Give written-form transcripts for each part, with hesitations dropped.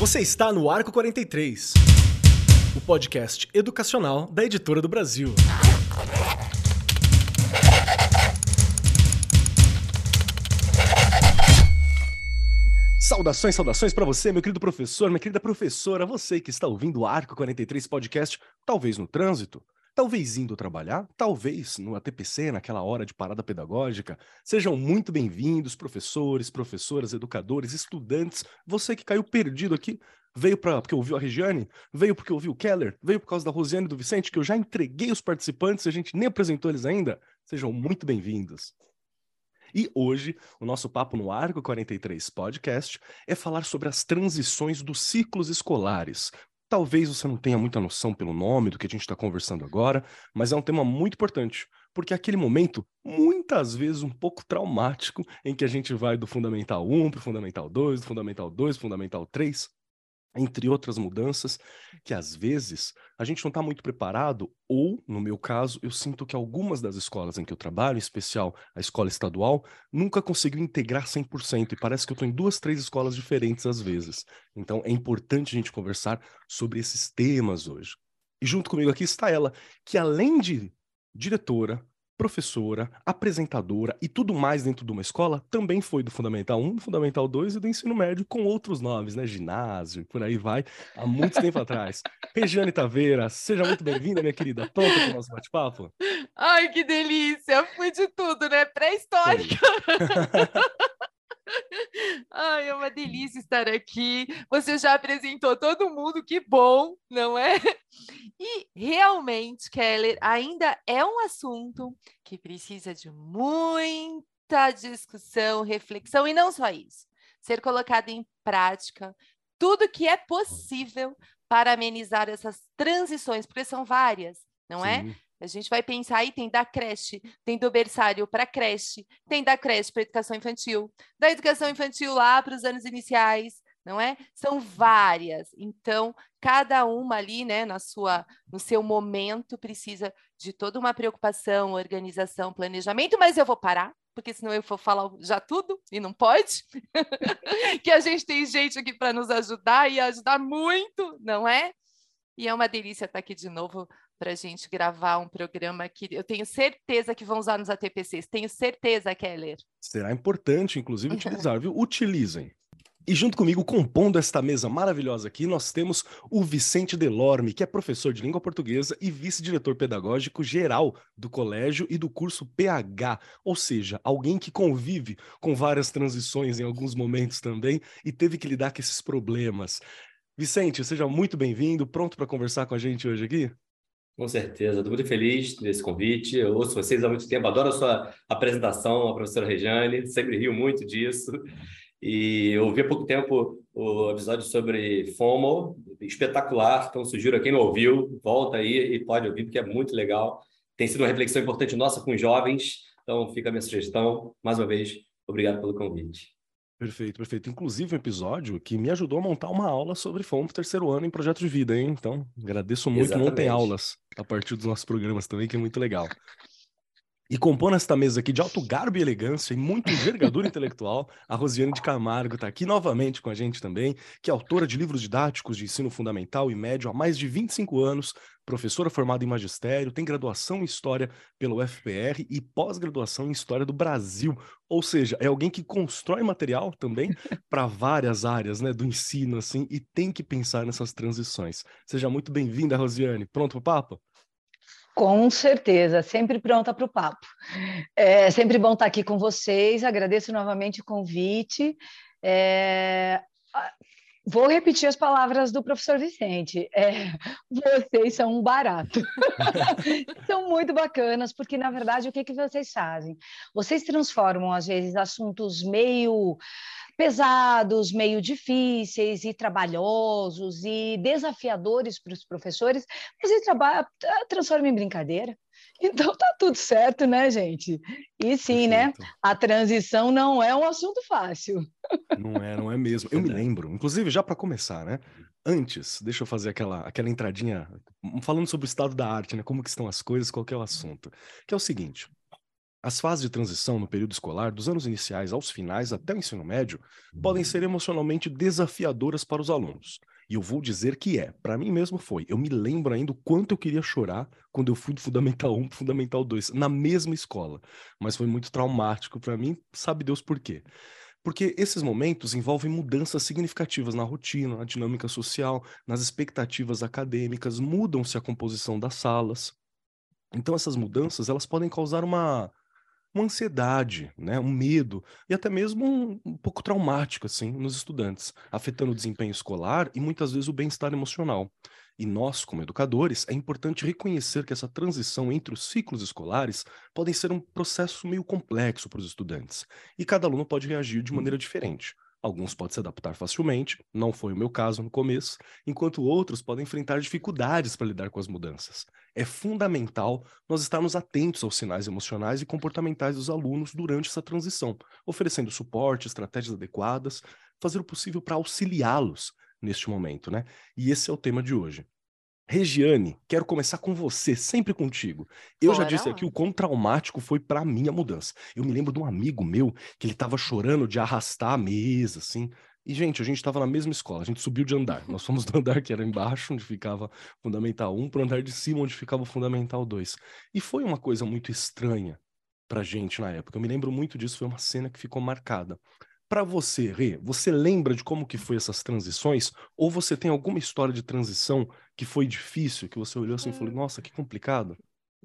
Você está no Arco 43, o podcast educacional da Editora do Brasil. Saudações para você, meu querido professor, minha querida professora, você que está ouvindo o Arco 43 podcast, talvez no trânsito, talvez indo trabalhar, talvez no ATPC, naquela hora de parada pedagógica. Sejam muito bem-vindos, professores, professoras, educadores, estudantes, você que caiu perdido aqui, veio porque ouviu a Regiane, veio porque ouviu o Keller, veio por causa da Rosiane e do Vicente, que eu já entreguei os participantes e a gente nem apresentou eles ainda. Sejam muito bem-vindos. E hoje, o nosso papo no Arco 43 Podcast é falar sobre as transições dos ciclos escolares. Talvez você não tenha muita noção pelo nome do que a gente está conversando agora, mas é um tema muito importante, porque é aquele momento, muitas vezes um pouco traumático, em que a gente vai do Fundamental 1 para o Fundamental 2, do Fundamental 2 para o Fundamental 3, entre outras mudanças, que às vezes a gente não está muito preparado, ou, no meu caso, eu sinto que algumas das escolas em que eu trabalho, em especial a escola estadual, nunca conseguiu integrar 100%, e parece que eu estou em 2, 3 escolas diferentes às vezes. Então é importante a gente conversar sobre esses temas hoje. E junto comigo aqui está ela, que além de diretora, professora, apresentadora e tudo mais dentro de uma escola, também foi do Fundamental 1, do Fundamental 2 e do ensino médio com outros nomes, né? Ginásio, por aí vai, há muito tempo atrás. Regiane Taveira, seja muito bem-vinda, minha querida. Pronta para o nosso bate-papo? Ai, que delícia! Fui de tudo, né? Pré-histórica. Ai, é uma delícia estar aqui. Você já apresentou todo mundo, que bom, não é? E realmente, Keller, ainda é um assunto que precisa de muita discussão, reflexão, e não só isso. Ser colocado em prática tudo que é possível para amenizar essas transições, porque são várias, não é? Sim. A gente vai pensar aí, tem da creche, tem do berçário para creche, tem da creche para educação infantil, da educação infantil lá para os anos iniciais, não é? São várias. Então, cada uma ali, né, no seu momento, precisa de toda uma preocupação, organização, planejamento, mas eu vou parar, porque senão eu vou falar já tudo e não pode. Que a gente tem gente aqui para nos ajudar e ajudar muito, não é? E é uma delícia estar aqui de novo para a gente gravar um programa que eu tenho certeza que vão usar nos ATPCs. Tenho certeza, Keller. Será importante, inclusive, utilizar, viu? Utilizem. E junto comigo, compondo esta mesa maravilhosa aqui, nós temos o Vicente Delorme, que é professor de língua portuguesa e vice-diretor pedagógico geral do colégio e do curso PH, ou seja, alguém que convive com várias transições em alguns momentos também e teve que lidar com esses problemas. Vicente, seja muito bem-vindo, pronto para conversar com a gente hoje aqui? Com certeza, estou muito feliz desse convite. Eu ouço vocês há muito tempo, adoro a sua apresentação, a professora Regiane, sempre rio muito disso. E eu ouvi há pouco tempo o episódio sobre FOMO, espetacular. Então, sugiro a quem não ouviu, volta aí e pode ouvir, porque é muito legal. Tem sido uma reflexão importante nossa com os jovens, então fica a minha sugestão. Mais uma vez, obrigado pelo convite. Perfeito, perfeito. Inclusive um episódio que me ajudou a montar uma aula sobre FOMO pro terceiro ano em projeto de vida, hein? Então, agradeço muito. Montem Exatamente. aulas a partir dos nossos programas também, que é muito legal. E compondo esta mesa aqui de alto garbo e elegância e muito envergadura intelectual, a Rosiane de Camargo está aqui novamente com a gente também, que é autora de livros didáticos de ensino fundamental e médio há mais de 25 anos, professora formada em magistério, tem graduação em História pelo UFPR e pós-graduação em História do Brasil. Ou seja, é alguém que constrói material também para várias áreas, né, do ensino, assim, e tem que pensar nessas transições. Seja muito bem-vinda, Rosiane. Pronto pro papo? Com certeza, sempre pronta para o papo. É sempre bom estar aqui com vocês, agradeço novamente o convite. Vou repetir as palavras do professor Vicente. Vocês são um barato. São muito bacanas, porque, na verdade, o que vocês fazem? Vocês transformam, às vezes, assuntos meio pesados, meio difíceis e trabalhosos e desafiadores para os professores, mas ele transforma em brincadeira. Então tá tudo certo, né, gente? E sim, Perfeito. né? A transição não é um assunto fácil. Não é mesmo. Eu me lembro, inclusive, já para começar, né? Antes, deixa eu fazer aquela entradinha falando sobre o estado da arte, né? Como que estão as coisas, qual que é o assunto. Que é o seguinte, As fases de transição no período escolar, dos anos iniciais aos finais até o ensino médio, podem ser emocionalmente desafiadoras para os alunos. E eu vou dizer que para mim mesmo foi. Eu me lembro ainda o quanto eu queria chorar quando eu fui do Fundamental 1 para o Fundamental 2, na mesma escola. Mas foi muito traumático para mim, sabe Deus por quê. Porque esses momentos envolvem mudanças significativas na rotina, na dinâmica social, nas expectativas acadêmicas, mudam-se a composição das salas. Então essas mudanças, elas podem causar uma ansiedade, né, um medo e até mesmo um pouco traumático assim nos estudantes, afetando o desempenho escolar e muitas vezes o bem-estar emocional. E nós, como educadores, é importante reconhecer que essa transição entre os ciclos escolares podem ser um processo meio complexo para os estudantes, e cada aluno pode reagir de maneira diferente. Alguns podem se adaptar facilmente, não foi o meu caso no começo, enquanto outros podem enfrentar dificuldades para lidar com as mudanças. É fundamental nós estarmos atentos aos sinais emocionais e comportamentais dos alunos durante essa transição, oferecendo suporte, estratégias adequadas, fazer o possível para auxiliá-los neste momento, né? E esse é o tema de hoje. Regiane, quero começar com você, sempre contigo. Eu já Bora disse lá. aqui o quão traumático foi pra mim a mudança. Eu me lembro de um amigo meu que ele tava chorando de arrastar a mesa, assim. E, gente, a gente tava na mesma escola, a gente subiu de andar. Nós fomos do andar que era embaixo, onde ficava Fundamental 1, pro andar de cima, onde ficava o Fundamental 2. E foi uma coisa muito estranha pra gente na época. Eu me lembro muito disso, foi uma cena que ficou marcada. Pra você, Rê, você lembra de como que foi essas transições? Ou você tem alguma história de transição que foi difícil, que você olhou assim e falou, nossa, que complicado?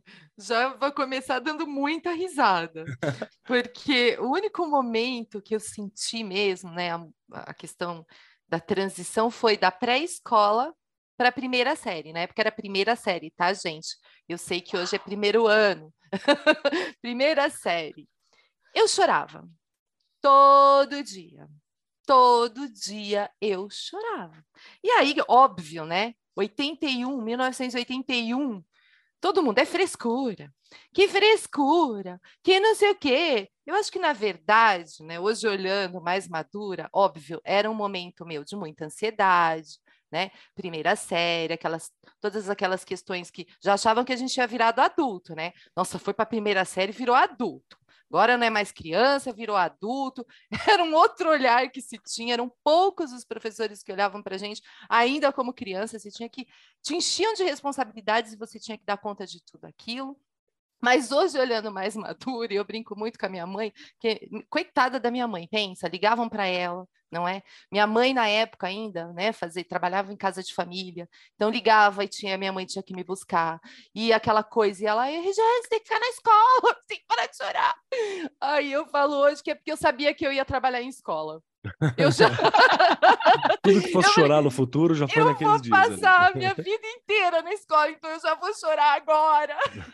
Já vou começar dando muita risada, porque o único momento que eu senti mesmo, né, a questão da transição foi da pré-escola para a primeira série, na época era primeira série, tá, gente? Eu sei que hoje é primeiro ano, primeira série. Eu chorava todo dia eu chorava. E aí, óbvio, né? 1981, todo mundo é frescura. Que frescura, que não sei o quê. Eu acho que, na verdade, né, hoje olhando mais madura, óbvio, era um momento meu de muita ansiedade, né? Primeira série, todas aquelas questões que já achavam que a gente tinha virado adulto, né? Nossa, foi para a primeira série e virou adulto. Agora não é mais criança, virou adulto. Era um outro olhar que se tinha, eram poucos os professores que olhavam para a gente, ainda como criança, te enchiam de responsabilidades e você tinha que dar conta de tudo aquilo. Mas hoje, olhando mais madura, e eu brinco muito com a minha mãe, coitada da minha mãe, pensa, ligavam para ela, não é? Minha mãe, na época ainda, né, trabalhava em casa de família, então ligava e minha mãe tinha que me buscar, e aquela coisa, e ela, Regiane, você tem que ficar na escola, você tem que parar de chorar. Aí eu falo hoje que é porque eu sabia que eu ia trabalhar em escola. Eu já... Tudo que fosse chorar no futuro já foi eu naqueles vou dias ali. passar a minha vida inteira na escola, então eu já vou chorar agora.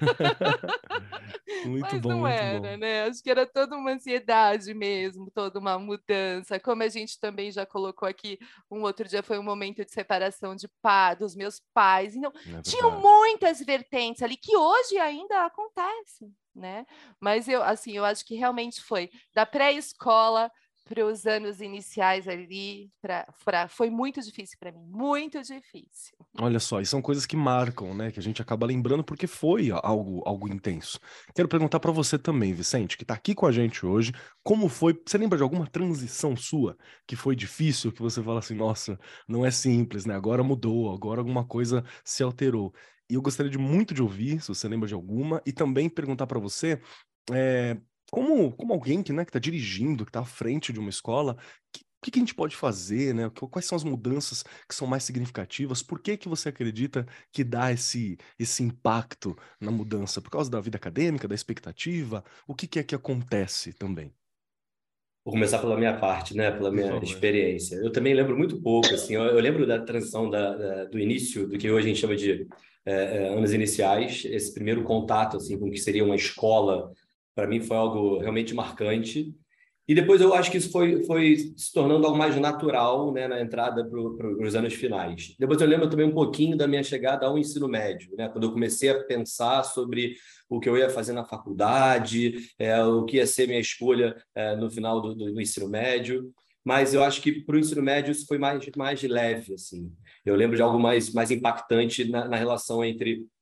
Muito Mas bom, não muito era, bom. né? Acho que era toda uma ansiedade mesmo, toda uma mudança. Como a gente também já colocou aqui, um outro dia foi um momento de separação dos meus pais. Então, É tinham verdade. muitas vertentes ali que hoje ainda acontecem, né? Mas eu acho que realmente foi da pré-escola para os anos iniciais ali, foi muito difícil para mim, muito difícil. Olha só, e são coisas que marcam, né? Que a gente acaba lembrando porque foi algo intenso. Quero perguntar pra você também, Vicente, que tá aqui com a gente hoje, como foi? Você lembra de alguma transição sua que foi difícil, que você fala assim, nossa, não é simples, né? Agora mudou, agora alguma coisa se alterou. E eu gostaria muito de ouvir, se você lembra de alguma, e também perguntar pra você, é, como alguém que, né, que tá dirigindo, que tá à frente de uma escola, o que a gente pode fazer, né? Quais são as mudanças que são mais significativas? Por que que você acredita que dá esse impacto na mudança? Por causa da vida acadêmica, da expectativa? O que é que acontece também? Vou começar pela minha parte, né? Pela Por minha favor. experiência. Eu também lembro muito pouco, assim. Eu lembro da transição do início, do que hoje a gente chama de anos iniciais. Esse primeiro contato, assim, com o que seria uma escola, para mim foi algo realmente marcante. E depois eu acho que isso foi se tornando algo mais natural, né, na entrada para os anos finais. Depois eu lembro também um pouquinho da minha chegada ao ensino médio, né, quando eu comecei a pensar sobre o que eu ia fazer na faculdade, o que ia ser minha escolha no final do ensino médio. Mas eu acho que para o ensino médio isso foi mais leve, assim. Eu lembro de algo mais impactante na relação entre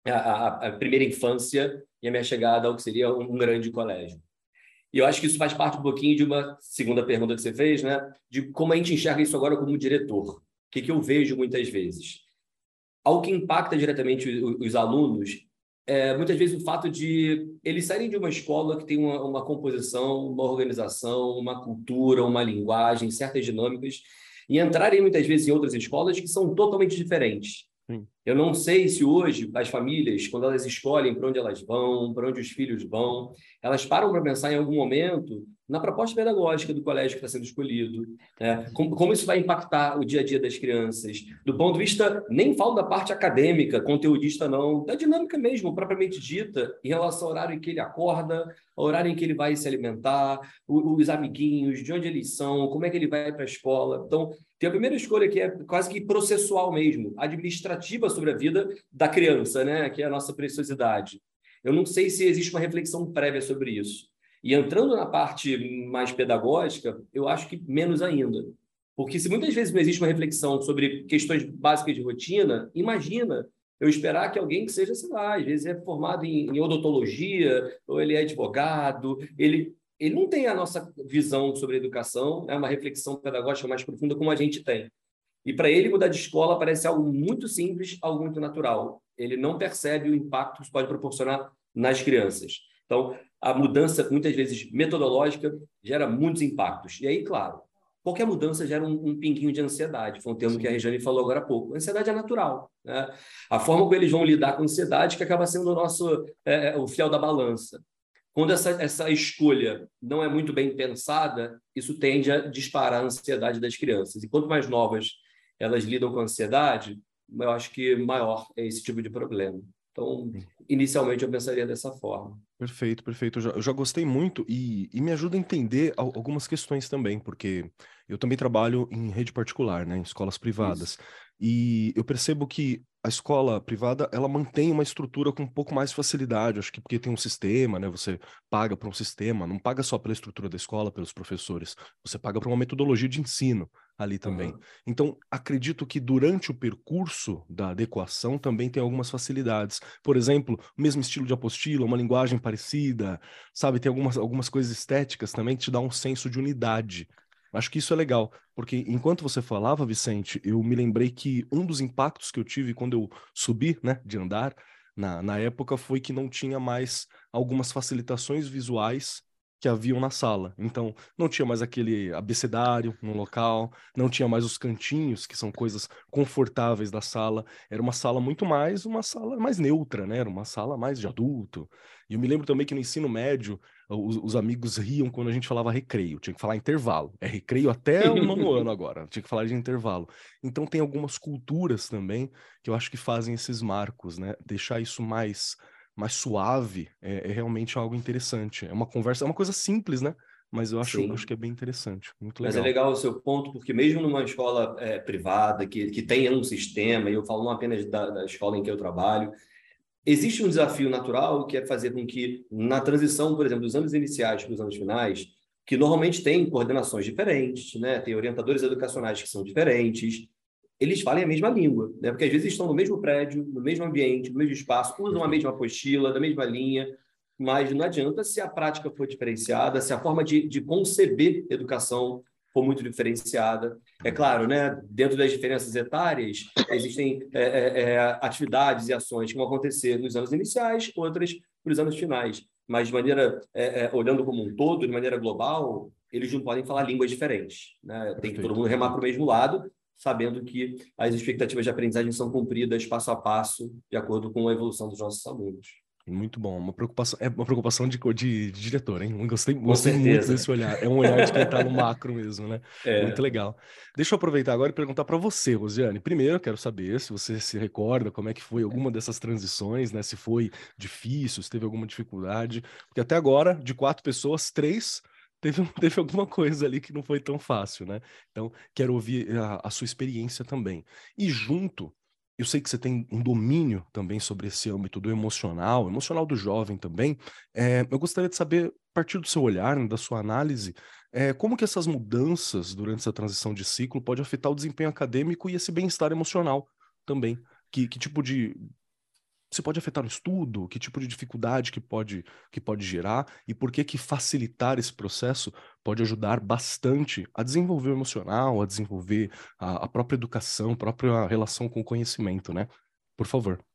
a primeira infância e a minha chegada ao que seria um grande colégio. E eu acho que isso faz parte um pouquinho de uma segunda pergunta que você fez, né? De como a gente enxerga isso agora como diretor. O que eu vejo muitas vezes? Algo que impacta diretamente os alunos é, muitas vezes, o fato de eles saírem de uma escola que tem uma composição, uma organização, uma cultura, uma linguagem, certas dinâmicas, e entrarem muitas vezes em outras escolas que são totalmente diferentes. Sim. Eu não sei se hoje as famílias, quando elas escolhem para onde elas vão, para onde os filhos vão, elas param para pensar em algum momento na proposta pedagógica do colégio que está sendo escolhido, né? Como isso vai impactar o dia a dia das crianças, do ponto de vista, nem falo da parte acadêmica, conteudista não, da dinâmica mesmo, propriamente dita, em relação ao horário em que ele acorda, ao horário em que ele vai se alimentar, os amiguinhos, de onde eles são, como é que ele vai para a escola. Então, tem a primeira escolha que é quase que processual mesmo, administrativa sobre a vida da criança, né? Que é a nossa preciosidade. Eu não sei se existe uma reflexão prévia sobre isso. E entrando na parte mais pedagógica, eu acho que menos ainda. Porque se muitas vezes não existe uma reflexão sobre questões básicas de rotina, imagina eu esperar que alguém que seja, sei lá, às vezes é formado em odontologia, ou ele é advogado, ele não tem a nossa visão sobre a educação, é uma reflexão pedagógica mais profunda como a gente tem. E para ele mudar de escola parece algo muito simples, algo muito natural. Ele não percebe o impacto que isso pode proporcionar nas crianças. Então, a mudança, muitas vezes metodológica, gera muitos impactos. E aí, claro, qualquer mudança gera um pinguinho de ansiedade. Foi um termo que a Regiane falou agora há pouco. A ansiedade é natural, né? A forma como eles vão lidar com a ansiedade que acaba sendo o nosso o fiel da balança. Quando essa escolha não é muito bem pensada, isso tende a disparar a ansiedade das crianças. E quanto mais novas elas lidam com a ansiedade, eu acho que maior é esse tipo de problema. Então, inicialmente, eu pensaria dessa forma. Perfeito, perfeito. Eu já gostei muito e me ajuda a entender algumas questões também, porque eu também trabalho em rede particular, né, em escolas privadas. Isso. E eu percebo que a escola privada, ela mantém uma estrutura com um pouco mais facilidade, acho que porque tem um sistema, né, você paga para um sistema, não paga só pela estrutura da escola, pelos professores, você paga para uma metodologia de ensino ali também. Uhum. Então, acredito que durante o percurso da adequação também tem algumas facilidades. Por exemplo, o mesmo estilo de apostila, uma linguagem parecida, sabe? Tem algumas coisas estéticas também que te dá um senso de unidade. Acho que isso é legal, porque enquanto você falava, Vicente, eu me lembrei que um dos impactos que eu tive quando eu subi, né, de andar, na época, foi que não tinha mais algumas facilitações visuais que haviam na sala. Então, não tinha mais aquele abecedário no local, não tinha mais os cantinhos, que são coisas confortáveis da sala. Era uma sala uma sala mais neutra, né? Era uma sala mais de adulto. E eu me lembro também que no ensino médio, os amigos riam quando a gente falava recreio. Tinha que falar intervalo. É recreio até o nono ano agora. Tinha que falar de intervalo. Então, tem algumas culturas também que eu acho que fazem esses marcos, né? Deixar isso mais suave é realmente algo interessante. É uma conversa, é uma coisa simples, né? Mas eu acho Sim. que é bem interessante, muito Mas é legal. legal o seu ponto, porque mesmo numa escola privada, que tenha um sistema, e eu falo não apenas da escola em que eu trabalho, existe um desafio natural que é fazer com que, na transição, por exemplo, dos anos iniciais para os anos finais, que normalmente tem coordenações diferentes, né? Tem orientadores educacionais que são diferentes, eles falem a mesma língua, né? Porque às vezes estão no mesmo prédio, no mesmo ambiente, no mesmo espaço, usam a mesma apostila, da mesma linha, mas não adianta se a prática for diferenciada, se a forma de conceber educação for muito diferenciada. É claro, né? Dentro das diferenças etárias, existem atividades e ações que vão acontecer nos anos iniciais, outras nos anos finais. Mas, de maneira, olhando como um todo, de maneira global, eles não podem falar línguas diferentes, né? Tem que todo mundo remar para o mesmo lado, sabendo que as expectativas de aprendizagem são cumpridas passo a passo, de acordo com a evolução dos nossos alunos. Muito bom, é uma preocupação de diretor, hein? Gostei Com muito certeza. desse olhar. É um olhar de quem tá no macro mesmo, né? Muito legal. Deixa eu aproveitar agora e perguntar para você, Rosiane. Primeiro, eu quero saber se você se recorda como é que foi alguma dessas transições, né? Se foi difícil, se teve alguma dificuldade. Porque até agora, de 4 pessoas, 3 teve alguma coisa ali que não foi tão fácil, né? Então, quero ouvir a sua experiência também. E junto, eu sei que você tem um domínio também sobre esse âmbito do emocional do jovem também. Eu gostaria de saber, a partir do seu olhar, né, da sua análise, como que essas mudanças durante essa transição de ciclo pode afetar o desempenho acadêmico e esse bem-estar emocional também. Que tipo de se pode afetar no estudo, que tipo de dificuldade que pode gerar e por que facilitar esse processo pode ajudar bastante a desenvolver o emocional, a desenvolver a própria educação, a própria relação com o conhecimento, né? Por favor.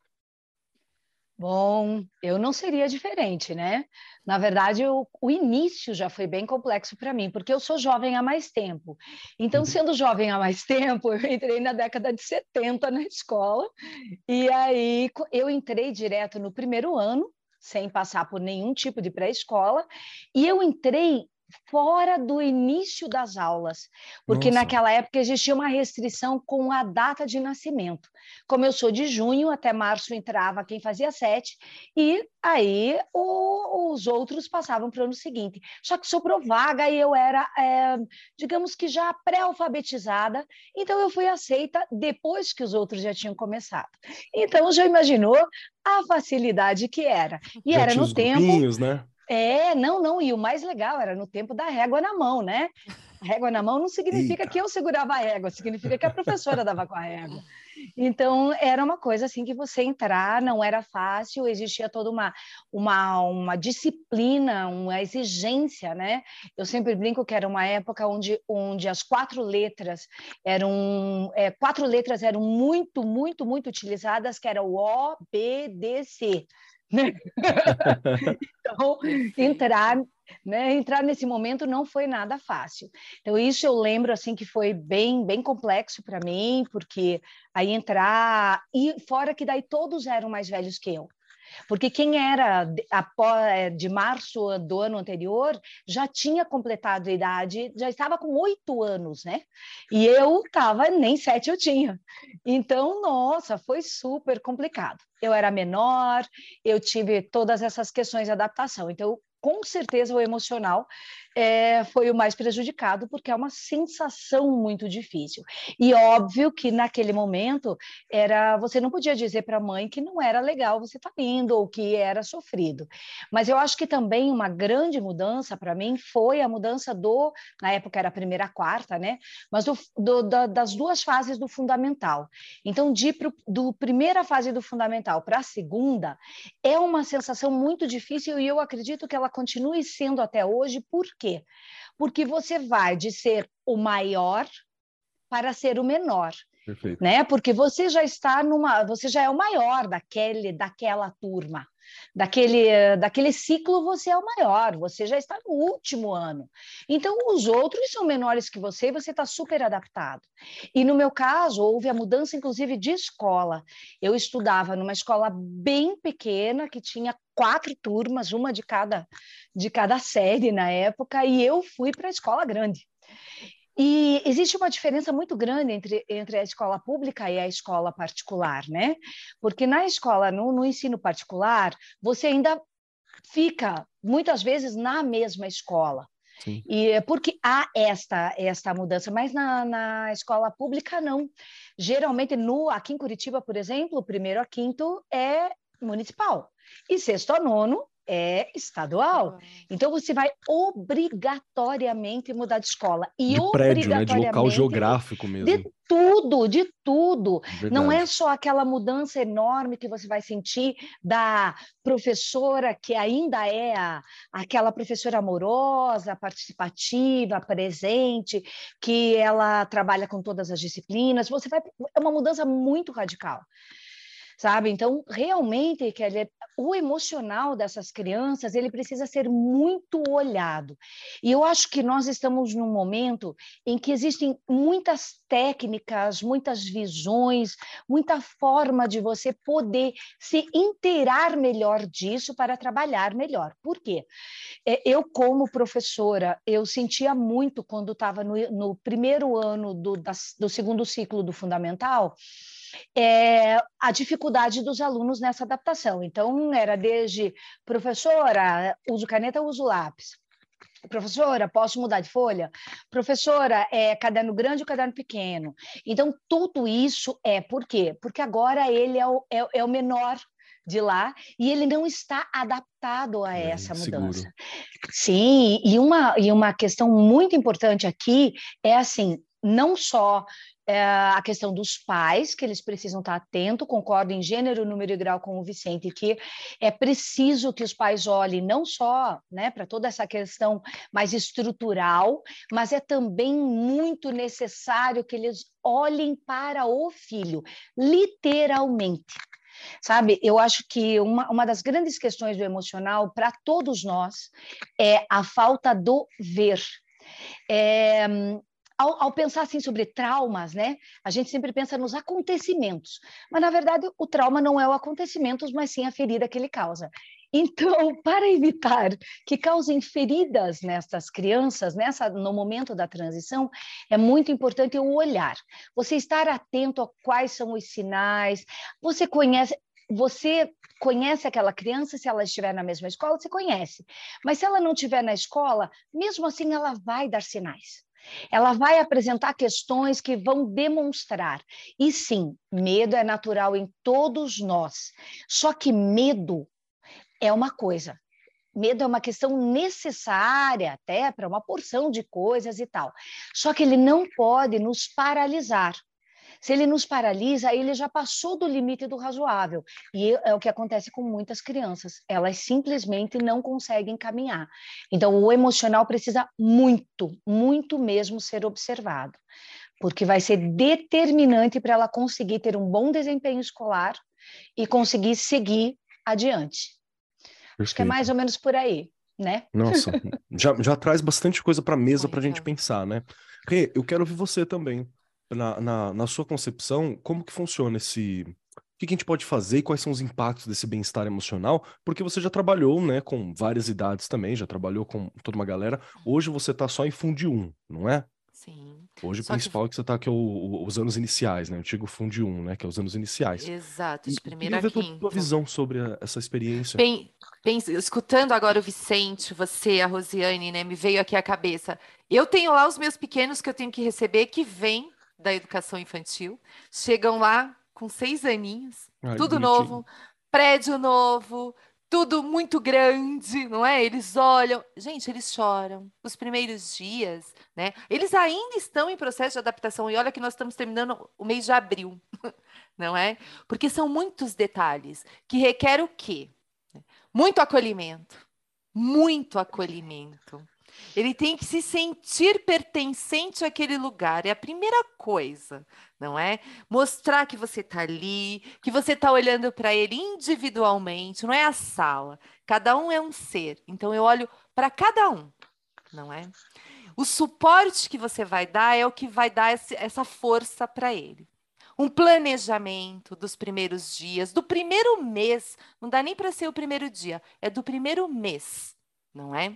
Bom, eu não seria diferente, né? Na verdade, o início já foi bem complexo para mim, porque eu sou jovem há mais tempo. Então, sendo jovem há mais tempo, eu entrei na década de 70 na escola, e aí eu entrei direto no primeiro ano, sem passar por nenhum tipo de pré-escola, e eu entrei fora do início das aulas, porque Nossa. naquela época existia uma restrição com a data de nascimento. Como eu sou de junho, até março entrava quem fazia 7, e aí os outros passavam para o ano seguinte. Só que sobrou vaga e eu era, digamos que já pré-alfabetizada, então eu fui aceita depois que os outros já tinham começado. Então já imaginou a facilidade que era. E Já era tinha no os tempo... grupinhos, né? Não, e o mais legal era no tempo da régua na mão, né? A régua na mão não significa Eita. que eu segurava a régua, significa que a professora dava com a régua. Então, era uma coisa assim que você entrar não era fácil, existia toda uma disciplina, uma exigência, né? Eu sempre brinco que era uma época onde as quatro letras eram muito, muito, muito utilizadas, que era o O, B, D, C. Né? Então, entrar nesse momento não foi nada fácil. Então, isso eu lembro assim que foi bem, bem complexo para mim, porque aí entrar... E fora que daí todos eram mais velhos que eu. Porque quem era de março do ano anterior já tinha completado a idade, já estava com 8 anos, né? E eu estava, nem 7 eu tinha. Então, nossa, foi super complicado. Eu era menor, eu tive todas essas questões de adaptação. Então, com certeza o emocional foi o mais prejudicado, porque é uma sensação muito difícil. E óbvio que naquele momento você não podia dizer para a mãe que não era legal você estar indo ou que era sofrido. Mas eu acho que também uma grande mudança para mim foi a mudança na época era a primeira a quarta, né? Mas das duas fases do fundamental. Então, do primeira fase do fundamental para a segunda é uma sensação muito difícil e eu acredito que ela continue sendo até hoje. Por quê? Porque você vai de ser o maior para ser o menor. Perfeito. Né? Porque você já é o maior daquela turma. Daquele ciclo você é o maior, você já está no último ano. Então, os outros são menores que você e você está super adaptado. E no meu caso, houve a mudança, inclusive, de escola. Eu estudava numa escola bem pequena, que tinha 4 turmas, uma de cada série na época, e eu fui para a escola grande. E existe uma diferença muito grande entre a escola pública e a escola particular, né? Porque na escola, no ensino particular, você ainda fica, muitas vezes, na mesma escola. Sim. E porque há esta mudança, mas na escola pública, não. Geralmente, aqui em Curitiba, por exemplo, o 1º a 5º é municipal, e 6º a 9º é estadual. Então, você vai obrigatoriamente mudar de escola. E De prédio, né? De local obrigatoriamente... geográfico mesmo. De tudo. Verdade. Não é só aquela mudança enorme que você vai sentir da professora que ainda é aquela professora amorosa, participativa, presente, que ela trabalha com todas as disciplinas. É uma mudança muito radical. Sabe? Então, realmente, Kelly, o emocional dessas crianças, ele precisa ser muito olhado. E eu acho que nós estamos num momento em que existem muitas técnicas, muitas visões, muita forma de você poder se inteirar melhor disso para trabalhar melhor. Por quê? Eu, como professora, eu sentia muito quando estava no primeiro ano do 2º ciclo do fundamental, a dificuldade dos alunos nessa adaptação. Então, era desde professora, uso caneta, uso lápis. Professora, posso mudar de folha? Professora, caderno grande ou caderno pequeno? Então, tudo isso por quê? Porque agora ele é o menor de lá e ele não está adaptado a essa mudança. Seguro. Sim, e uma questão muito importante aqui é assim, não só a questão dos pais, que eles precisam estar atentos, concordo em gênero, número e grau com o Vicente, que é preciso que os pais olhem não só, né, para toda essa questão mais estrutural, mas é também muito necessário que eles olhem para o filho, literalmente. Sabe, eu acho que uma das grandes questões do emocional para todos nós é a falta do ver. Ao pensar assim sobre traumas, né, a gente sempre pensa nos acontecimentos, mas na verdade o trauma não é o acontecimento, mas sim a ferida que ele causa. Então, para evitar que causem feridas nestas crianças, no momento da transição, é muito importante o olhar. Você estar atento a quais são os sinais. Você conhece aquela criança, se ela estiver na mesma escola, você conhece. Mas se ela não estiver na escola, mesmo assim ela vai dar sinais. Ela vai apresentar questões que vão demonstrar. E sim, medo é natural em todos nós. Só que medo é uma coisa. Medo é uma questão necessária até para uma porção de coisas e tal. Só que ele não pode nos paralisar. Se ele nos paralisa, ele já passou do limite do razoável. E é o que acontece com muitas crianças. Elas simplesmente não conseguem caminhar. Então, o emocional precisa muito, muito mesmo ser observado. Porque vai ser determinante para ela conseguir ter um bom desempenho escolar e conseguir seguir adiante. Acho que é mais ou menos por aí, né? Nossa, já traz bastante coisa para a mesa para a gente pensar, né? Rê, eu quero ouvir você também. Na sua concepção, como que funciona esse... O que a gente pode fazer e quais são os impactos desse bem-estar emocional? Porque você já trabalhou, né, com várias idades também, já trabalhou com toda uma galera. Hoje você tá só em Fundi 1, não é? Sim. Hoje o principal é que você tá aqui os anos iniciais, né? O antigo Fundi 1, né? Que é os anos iniciais. Exato, E de eu primeira queria a ver tua quinta. visão sobre essa experiência. Bem, escutando agora o Vicente, você, a Rosiane, né, me veio aqui à cabeça. Eu tenho lá os meus pequenos que eu tenho que receber, que vêm da educação infantil, chegam lá com 6 aninhos, Ai, tudo bonitinho. novo, prédio novo, tudo muito grande, não é? Eles olham, gente, eles choram. Os primeiros dias, né? Eles ainda estão em processo de adaptação, e olha que nós estamos terminando o mês de abril, não é? Porque são muitos detalhes que requer o quê? Muito acolhimento, muito acolhimento. Ele tem que se sentir pertencente àquele lugar. É a primeira coisa, não é? Mostrar que você está ali, que você está olhando para ele individualmente, não é a sala. Cada um é um ser. Então eu olho para cada um, não é? O suporte que você vai dar é o que vai dar essa força para ele. Um planejamento dos primeiros dias, do primeiro mês, não dá nem para ser o primeiro dia, é do primeiro mês, não é?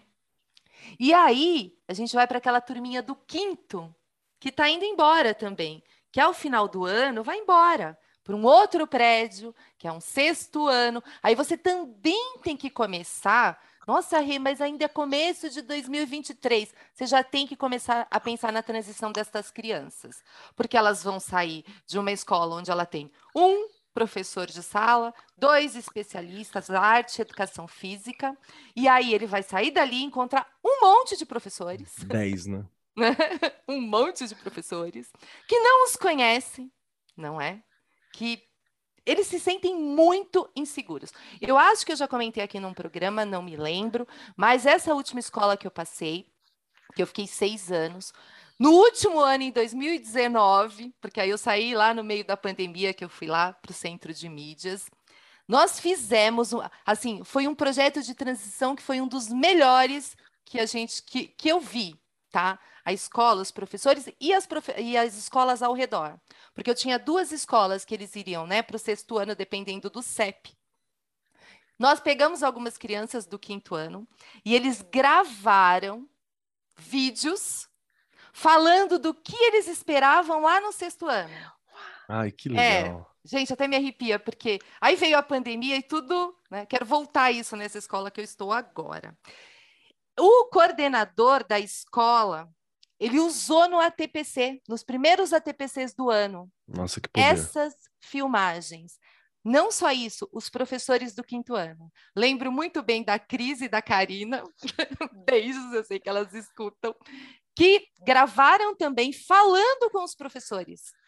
E aí, a gente vai para aquela turminha do quinto, que está indo embora também, que ao final do ano vai embora para um outro prédio, que é um 6º ano. Aí você também tem que começar. Nossa, Rê, mas ainda é começo de 2023. Você já tem que começar a pensar na transição destas crianças, porque elas vão sair de uma escola onde ela tem um professor de sala, 2 especialistas na arte e educação física, e aí ele vai sair dali e encontrar um monte de professores. 10, né? Um monte de professores que não os conhecem, não é? Que eles se sentem muito inseguros. Eu acho que eu já comentei aqui num programa, não me lembro, mas essa última escola que eu passei, que eu fiquei 6 anos, no último ano, em 2019, porque aí eu saí lá no meio da pandemia, que eu fui lá para o centro de mídias, nós fizemos, assim, foi um projeto de transição que foi um dos melhores que eu vi, tá? A escola, os professores e as escolas ao redor. Porque eu tinha 2 escolas que eles iriam, né, para o 6º ano, dependendo do CEP. Nós pegamos algumas crianças do 5º ano e eles gravaram vídeos falando do que eles esperavam lá no 6º ano. Ai, que legal. Gente, até me arrepia, porque aí veio a pandemia e tudo, né? Quero voltar a isso nessa escola que eu estou agora. O coordenador da escola, ele usou no ATPC, nos primeiros ATPCs do ano, Nossa, que poder. essas filmagens. Não só isso, os professores do 5º ano. Lembro muito bem da Cris e da Karina, beijos, eu sei que elas escutam, que gravaram também falando com os professores.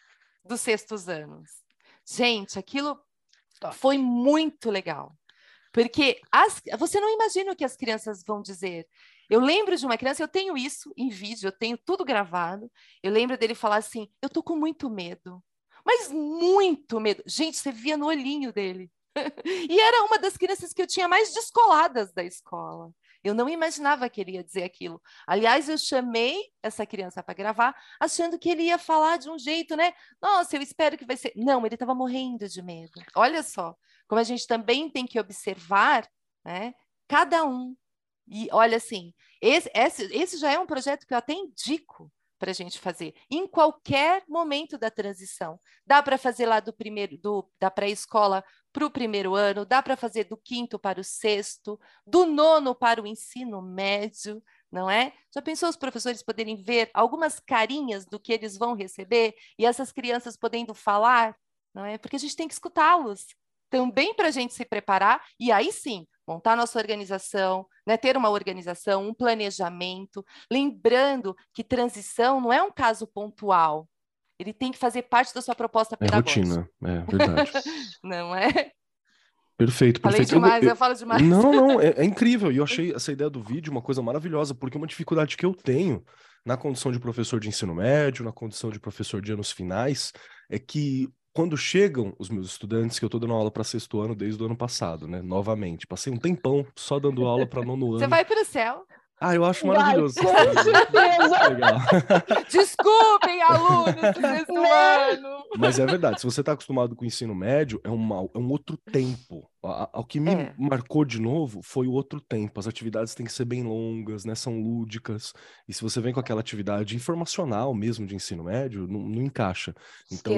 dos sextos anos. Gente, aquilo foi muito legal. Porque você não imagina o que as crianças vão dizer. Eu lembro de uma criança, eu tenho isso em vídeo, eu tenho tudo gravado. Eu lembro dele falar assim, eu tô com muito medo. Mas muito medo. Gente, você via no olhinho dele. E era uma das crianças que eu tinha mais descoladas da escola. Eu não imaginava que ele ia dizer aquilo. Aliás, eu chamei essa criança para gravar, achando que ele ia falar de um jeito, né? Nossa, eu espero que vai ser. Não, ele estava morrendo de medo. Olha só, como a gente também tem que observar, né, cada um. E olha assim, esse já é um projeto que eu até indico para a gente fazer em qualquer momento da transição. Dá para fazer lá da pré-escola para o primeiro ano, dá para fazer do 5º para o 6º, do 9º para o ensino médio, não é? Já pensou os professores poderem ver algumas carinhas do que eles vão receber e essas crianças podendo falar, não é? Porque a gente tem que escutá-los também para a gente se preparar e aí sim montar nossa organização, né? Ter uma organização, um planejamento, lembrando que transição não é um caso pontual. Ele tem que fazer parte da sua proposta pedagógica. É rotina, é verdade. Não é? Perfeito, Falei perfeito. demais, eu falo demais. Não, é incrível. E eu achei essa ideia do vídeo uma coisa maravilhosa, porque uma dificuldade que eu tenho na condição de professor de ensino médio, na condição de professor de anos finais, é que quando chegam os meus estudantes, que eu tô dando aula para 6º ano desde o ano passado, né? Novamente. Passei um tempão só dando aula para 9º ano. Você vai para o céu. Eu acho maravilhoso. Com certeza. Legal. Desculpem, alunos do 6º ano. Mas é verdade, se você está acostumado com o ensino médio, é um outro tempo. O que me marcou de novo foi o outro tempo. As atividades têm que ser bem longas, né? São lúdicas. E se você vem com aquela atividade informacional mesmo de ensino médio, não encaixa. Então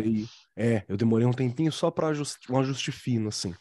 eu demorei um tempinho só para um ajuste fino, assim.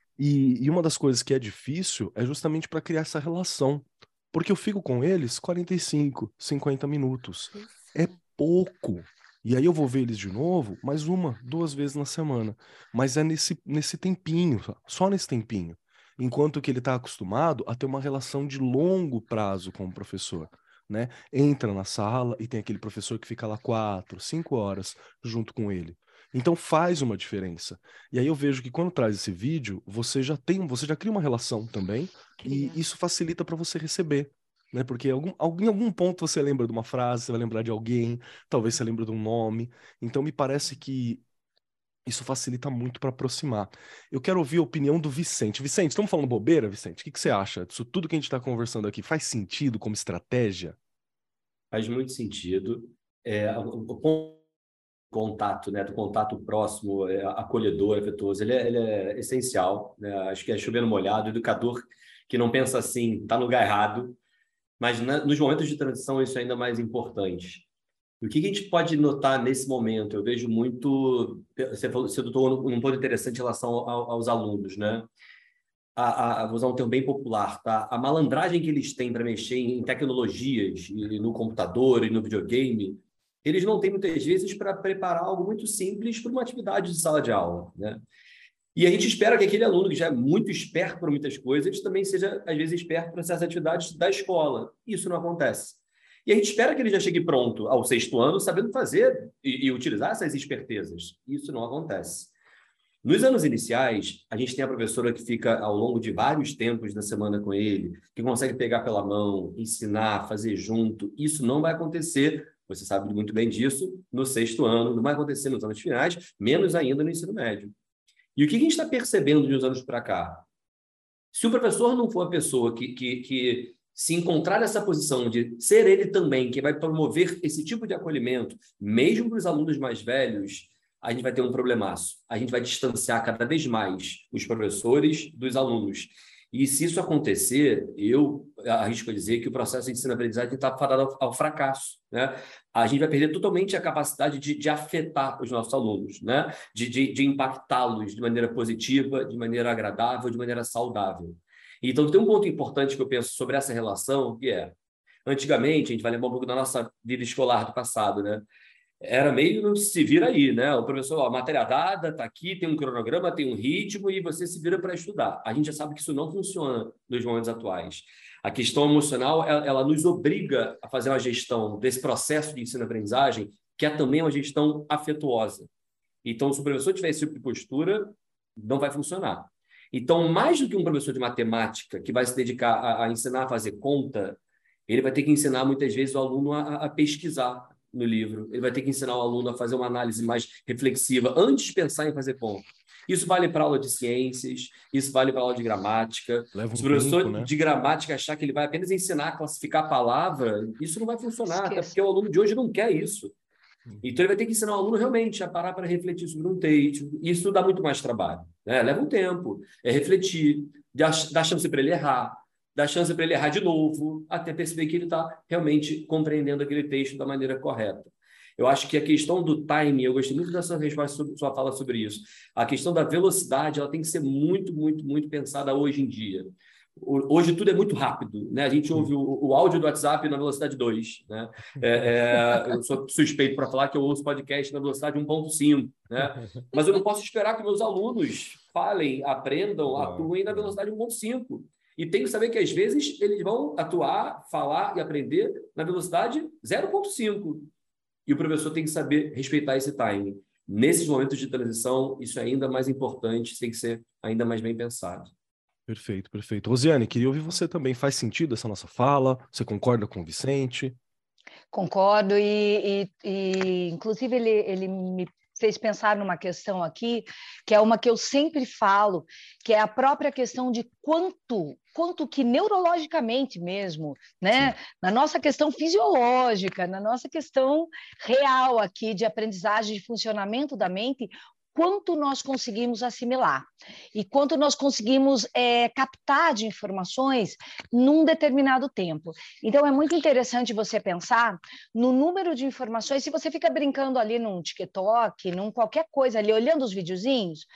E uma das coisas que é difícil é justamente para criar essa relação. Porque eu fico com eles 45, 50 minutos. É pouco. E aí eu vou ver eles de novo, mais 1, 2 vezes na semana. Mas é nesse tempinho, só nesse tempinho. Enquanto que ele está acostumado a ter uma relação de longo prazo com o professor, né? Entra na sala e tem aquele professor que fica lá 4, 5 horas junto com ele. Então faz uma diferença. E aí eu vejo que quando traz esse vídeo, você já cria uma relação também, e isso facilita para você receber. Né? Porque em algum ponto você lembra de uma frase, você vai lembrar de alguém, talvez você lembre de um nome. Então me parece que isso facilita muito para aproximar. Eu quero ouvir a opinião do Vicente. Vicente, estamos falando bobeira, Vicente? O que você acha disso tudo que a gente está conversando aqui? Faz sentido como estratégia? Faz muito sentido. O contato, né, do contato próximo, acolhedor, afetuoso, ele é essencial, né? Acho que é chover no molhado. O educador que não pensa assim está no lugar errado. Mas nos momentos de transição isso é ainda mais importante. E o que a gente pode notar nesse momento? Eu vejo muito... Você tocou num ponto interessante em relação aos alunos, né? Vou usar um termo bem popular, tá? A malandragem que eles têm para mexer em tecnologias, e no computador e no videogame, eles não têm muitas vezes para preparar algo muito simples para uma atividade de sala de aula, né? E a gente espera que aquele aluno que já é muito esperto para muitas coisas também seja, às vezes, esperto para certas atividades da escola. Isso não acontece. E a gente espera que ele já chegue pronto ao 6º ano, sabendo fazer e utilizar essas espertezas. Isso não acontece. Nos anos iniciais, a gente tem a professora que fica ao longo de vários tempos da semana com ele, que consegue pegar pela mão, ensinar, fazer junto. Isso não vai acontecer, você sabe muito bem disso, no 6º ano, não vai acontecer nos anos finais, menos ainda no ensino médio. E o que a gente está percebendo de uns anos para cá? Se o professor não for a pessoa que se encontrar nessa posição de ser ele também, que vai promover esse tipo de acolhimento, mesmo para os alunos mais velhos, a gente vai ter um problemaço. A gente vai distanciar cada vez mais os professores dos alunos. E se isso acontecer, eu arrisco a dizer que o processo de ensino-aprendizagem está fadado ao fracasso, né? A gente vai perder totalmente a capacidade de afetar os nossos alunos, né? De impactá-los de maneira positiva, de maneira agradável, de maneira saudável. Então, tem um ponto importante que eu penso sobre essa relação, que é, antigamente, a gente vai lembrar um pouco da nossa vida escolar do passado, né? Era meio se vira aí, né? O professor, a matéria dada, está aqui, tem um cronograma, tem um ritmo e você se vira para estudar. A gente já sabe que isso não funciona nos momentos atuais. A questão emocional, ela nos obriga a fazer uma gestão desse processo de ensino-aprendizagem que é também uma gestão afetuosa. Então, se o professor tiver esse tipo de postura, não vai funcionar. Então, mais do que um professor de matemática que vai se dedicar a ensinar a fazer conta, ele vai ter que ensinar, muitas vezes, o aluno a pesquisar no livro. Ele vai ter que ensinar o aluno a fazer uma análise mais reflexiva antes de pensar em fazer conta. Isso vale para aula de ciências, isso vale para aula de gramática. Leva Se um o professor tempo, né? de gramática achar que ele vai apenas ensinar a classificar a palavra, isso não vai funcionar, até Esqueça. porque o aluno de hoje não quer isso. Então, ele vai ter que ensinar o aluno realmente a parar para refletir sobre um texto. Isso dá muito mais trabalho, né? Leva um tempo. É refletir, dá chance para ele errar, dá chance para ele errar de novo, até perceber que ele está realmente compreendendo aquele texto da maneira correta. Eu acho que a questão do timing, eu gostei muito da sua resposta, sua fala sobre isso. A questão da velocidade, ela tem que ser muito, muito, muito pensada hoje em dia. Hoje tudo é muito rápido, né? A gente ouve o áudio do WhatsApp na velocidade 2, né? Eu sou suspeito para falar que eu ouço podcast na velocidade 1.5, né? Mas eu não posso esperar que meus alunos falem, aprendam, atuem na velocidade 1.5. E tenho que saber que, às vezes, eles vão atuar, falar e aprender na velocidade 0.5. E o professor tem que saber respeitar esse timing. Nesses momentos de transição, isso é ainda mais importante, tem que ser ainda mais bem pensado. Perfeito, perfeito. Rosiane, queria ouvir você também. Faz sentido essa nossa fala? Você concorda com o Vicente? Concordo, inclusive ele me fez pensar numa questão aqui, que é uma que eu sempre falo, que é a própria questão de quanto que neurologicamente mesmo, né? Sim. Na nossa questão fisiológica, na nossa questão real aqui de aprendizagem, de funcionamento da mente, quanto nós conseguimos assimilar e quanto nós conseguimos captar de informações num determinado tempo. Então, é muito interessante você pensar no número de informações. Se você fica brincando ali num TikTok, num qualquer coisa ali, olhando os videozinhos,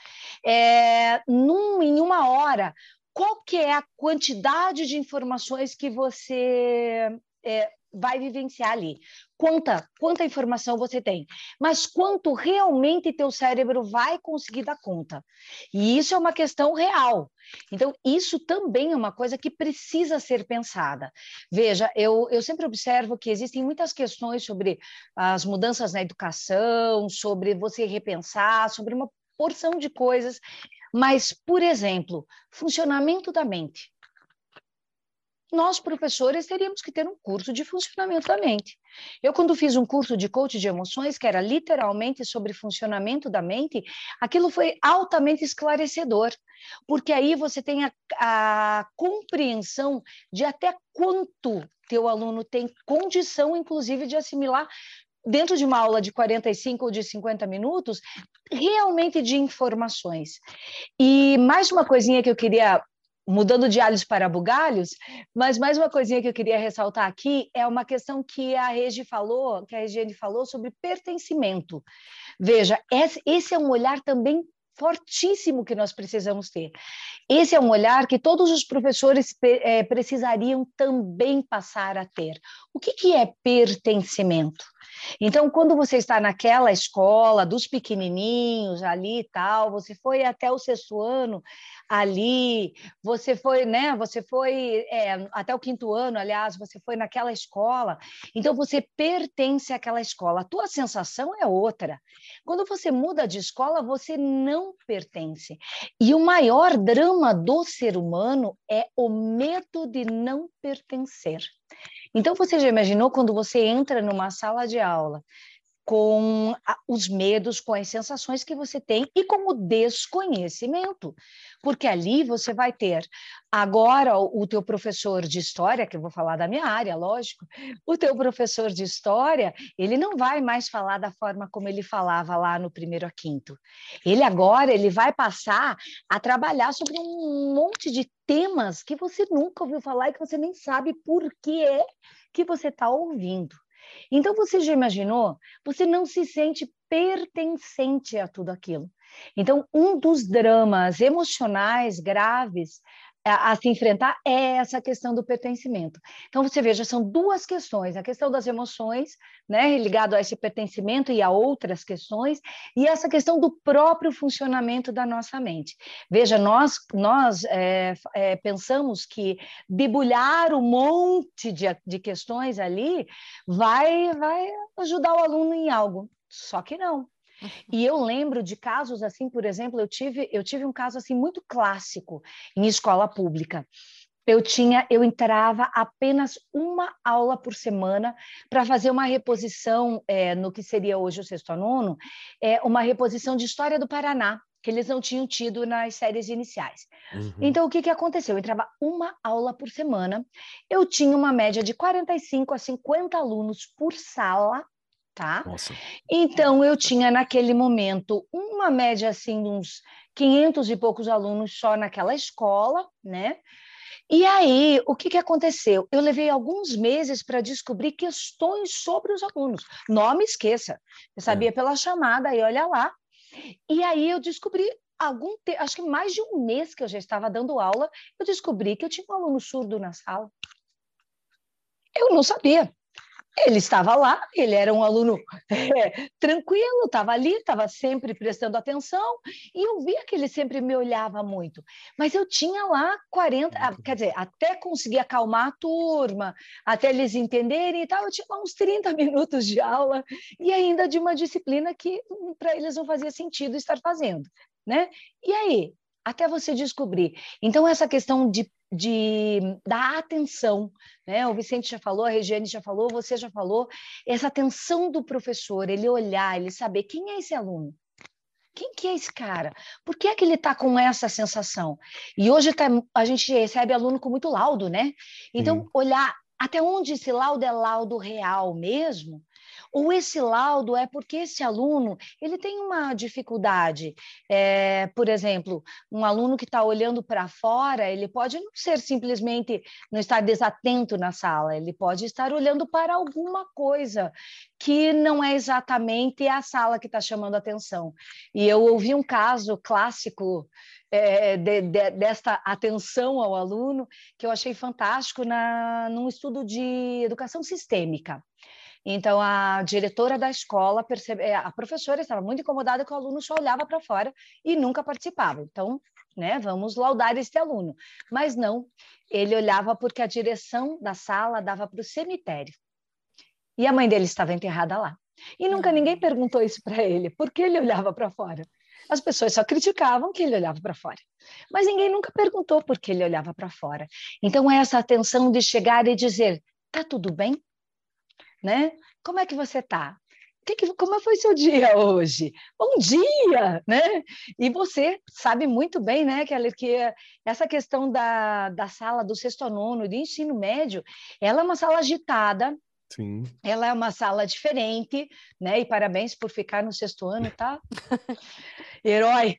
em uma hora, qual que é a quantidade de informações que você vai vivenciar ali? Quanta informação você tem, mas quanto realmente teu cérebro vai conseguir dar conta. E isso é uma questão real. Então, isso também é uma coisa que precisa ser pensada. Veja, eu sempre observo que existem muitas questões sobre as mudanças na educação, sobre você repensar, sobre uma porção de coisas, mas, por exemplo, funcionamento da mente. Nós, professores, teríamos que ter um curso de funcionamento da mente. Eu, quando fiz um curso de coach de emoções, que era literalmente sobre funcionamento da mente, aquilo foi altamente esclarecedor, porque aí você tem a compreensão de até quanto teu aluno tem condição, inclusive, de assimilar dentro de uma aula de 45 ou de 50 minutos, realmente de informações. E mais uma coisinha que eu queria, mudando de alhos para bugalhos, mas mais uma coisinha que eu queria ressaltar aqui é uma questão que a Regiane falou sobre pertencimento. Veja, esse é um olhar também fortíssimo que nós precisamos ter. Esse é um olhar que todos os professores precisariam também passar a ter. O que é pertencimento? Então, quando você está naquela escola dos pequenininhos ali e tal, você foi até o 6º ano ali, você foi, né? Você foi até o 5º ano, aliás, você foi naquela escola. Então, você pertence àquela escola. A tua sensação é outra. Quando você muda de escola, você não pertence. E o maior drama do ser humano é o medo de não pertencer. Então, você já imaginou quando você entra numa sala de aula com os medos, com as sensações que você tem e com o desconhecimento? Porque ali você vai ter agora o teu professor de história, que eu vou falar da minha área, lógico, o teu professor de história, ele não vai mais falar da forma como ele falava lá no 1º a 5º. Ele vai passar a trabalhar sobre um monte de temas que você nunca ouviu falar e que você nem sabe por que é que você está ouvindo. Então, você já imaginou? Você não se sente pertencente a tudo aquilo. Então, um dos dramas emocionais graves a se enfrentar é essa questão do pertencimento. Então, você veja, são duas questões, a questão das emoções, né, ligado a esse pertencimento e a outras questões, e essa questão do próprio funcionamento da nossa mente. Veja, nós pensamos que debulhar um monte de questões ali vai ajudar o aluno em algo, só que não. E eu lembro de casos assim, por exemplo, eu tive um caso assim muito clássico em escola pública. Eu entrava apenas uma aula por semana para fazer uma reposição no que seria hoje o sexto a nono, uma reposição de História do Paraná, que eles não tinham tido nas séries iniciais. Uhum. Então, o que aconteceu? Eu entrava uma aula por semana, eu tinha uma média de 45 a 50 alunos por sala, tá? Nossa. Então, eu tinha naquele momento uma média assim de uns 500 e poucos alunos só naquela escola, né? E aí, o que aconteceu? Eu levei alguns meses para descobrir questões sobre os alunos. Não me esqueça, eu sabia pela chamada, e olha lá. E aí eu descobri acho que mais de um mês que eu já estava dando aula, eu descobri que eu tinha um aluno surdo na sala. Eu não sabia. Ele estava lá, ele era um aluno tranquilo, estava ali, estava sempre prestando atenção, e eu via que ele sempre me olhava muito. Mas eu tinha lá 40, quer dizer, até conseguir acalmar a turma, até eles entenderem e tal, eu tinha lá uns 30 minutos de aula, e ainda de uma disciplina que para eles não fazia sentido estar fazendo, né? E aí, até você descobrir. Então, essa questão da atenção, né? O Vicente já falou, a Regiane já falou, você já falou, essa atenção do professor, ele olhar, ele saber quem é esse aluno, quem que é esse cara, por que é que ele está com essa sensação? E hoje a gente recebe aluno com muito laudo, né? Então, olhar até onde esse laudo é laudo real mesmo, ou esse laudo é porque esse aluno ele tem uma dificuldade. Por exemplo, um aluno que está olhando para fora, ele pode não ser simplesmente não estar desatento na sala, ele pode estar olhando para alguma coisa que não é exatamente a sala que está chamando a atenção. E eu ouvi um caso clássico desta atenção ao aluno, que eu achei fantástico num estudo de educação sistêmica. Então, a diretora da escola, a professora estava muito incomodada que o aluno só olhava para fora e nunca participava. Então, né, vamos laudar este aluno. Mas não, ele olhava porque a direção da sala dava para o cemitério. E a mãe dele estava enterrada lá. E nunca ninguém perguntou isso para ele, por que ele olhava para fora. As pessoas só criticavam que ele olhava para fora. Mas ninguém nunca perguntou por que ele olhava para fora. Então, é essa atenção de chegar e dizer, tá tudo bem? Né? Como é que você está? Como foi seu dia hoje? Bom dia, né? E você sabe muito bem, né, que essa questão da sala do sexto a nono, de ensino médio, ela é uma sala agitada. Sim. Ela é uma sala diferente, né? E parabéns por ficar no sexto ano, tá? Herói.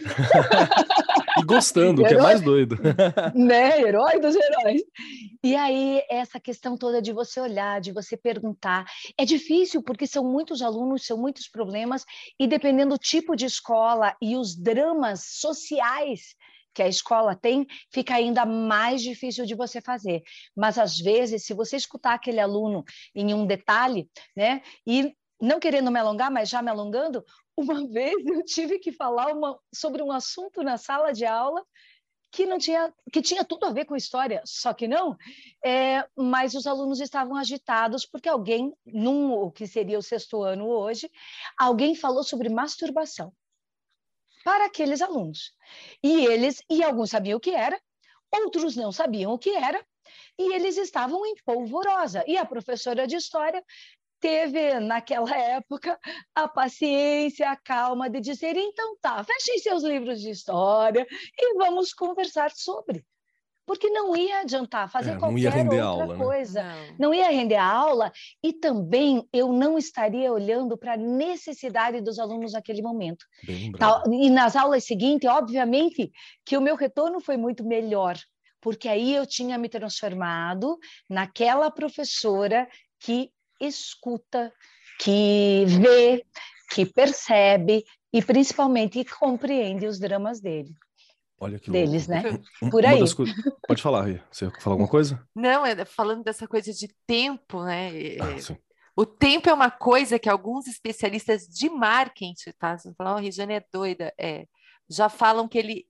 E gostando, o que é mais doido. Né? Herói dos heróis. E aí, essa questão toda de você olhar, de você perguntar, é difícil porque são muitos alunos, são muitos problemas, e dependendo do tipo de escola e os dramas sociais que a escola tem, fica ainda mais difícil de você fazer. Mas, às vezes, se você escutar aquele aluno em um detalhe, né, e não querendo me alongar, mas já me alongando, uma vez eu tive que falar sobre um assunto na sala de aula que tinha tudo a ver com história, só que não, mas os alunos estavam agitados porque alguém, o que seria o sexto ano hoje, alguém falou sobre masturbação para aqueles alunos. E alguns sabiam o que era, outros não sabiam o que era, e eles estavam em polvorosa. E a professora de história teve, naquela época, a paciência, a calma de dizer, então tá, fechem seus livros de história e vamos conversar sobre. Porque não ia adiantar fazer não ia qualquer render outra aula, coisa. né? Não ia render a aula e também eu não estaria olhando para a necessidade dos alunos naquele momento. Bem lembrado. E nas aulas seguintes, obviamente, que o meu retorno foi muito melhor, porque aí eu tinha me transformado naquela professora que escuta, que vê, que percebe e principalmente compreende os dramas dele. Olha que deles, louco. né? Por Uma aí. das coisas... Pode falar, Rê. Você quer falar alguma coisa? Não, falando dessa coisa de tempo, né? Sim. O tempo é uma coisa que alguns especialistas de marketing, tá? Você fala, a Regiane é doida. Já falam que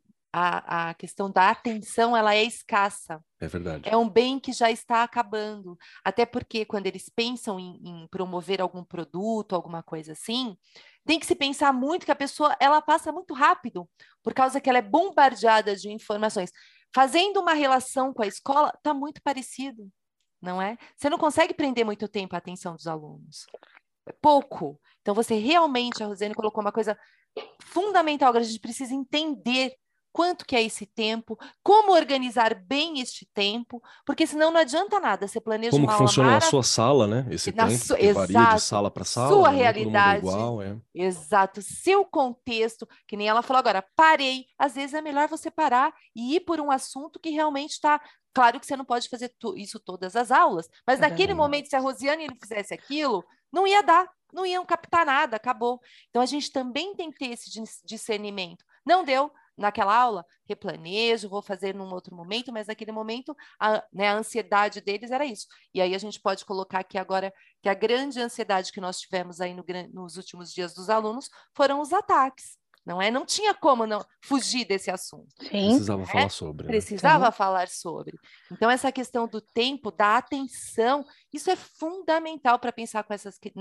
a questão da atenção, ela é escassa. É verdade. É um bem que já está acabando. Até porque quando eles pensam em promover algum produto, alguma coisa assim, tem que se pensar muito que a pessoa ela passa muito rápido, por causa que ela é bombardeada de informações. Fazendo uma relação com a escola, está muito parecido, não é? Você não consegue prender muito tempo a atenção dos alunos. É pouco. Então, você realmente, a Rosiane colocou uma coisa fundamental, que a gente precisa entender quanto que é esse tempo, como organizar bem este tempo, porque senão não adianta nada, você planeja Como uma que aula funciona na maravilhosa, sua sala, né? Esse tempo, porque varia de exato, sala para sala, sua né? Nem todo mundo é realidade, igual, exato, seu contexto, que nem ela falou agora, parei, às vezes é melhor você parar e ir por um assunto que realmente está. Claro que você não pode fazer isso todas as aulas, mas naquele verdade. momento, se a Rosiane ele fizesse aquilo, não ia dar, não iam captar nada, acabou. Então a gente também tem que ter esse discernimento. Não deu naquela aula, replanejo, vou fazer num outro momento, mas naquele momento né, a ansiedade deles era isso. E aí a gente pode colocar aqui agora que a grande ansiedade que nós tivemos aí nos últimos dias dos alunos foram os ataques. Não é? Não tinha como não fugir desse assunto. Sim, precisava falar sobre, né? Precisava Sim. falar sobre. Então, essa questão do tempo, da atenção, isso é fundamental para pensar com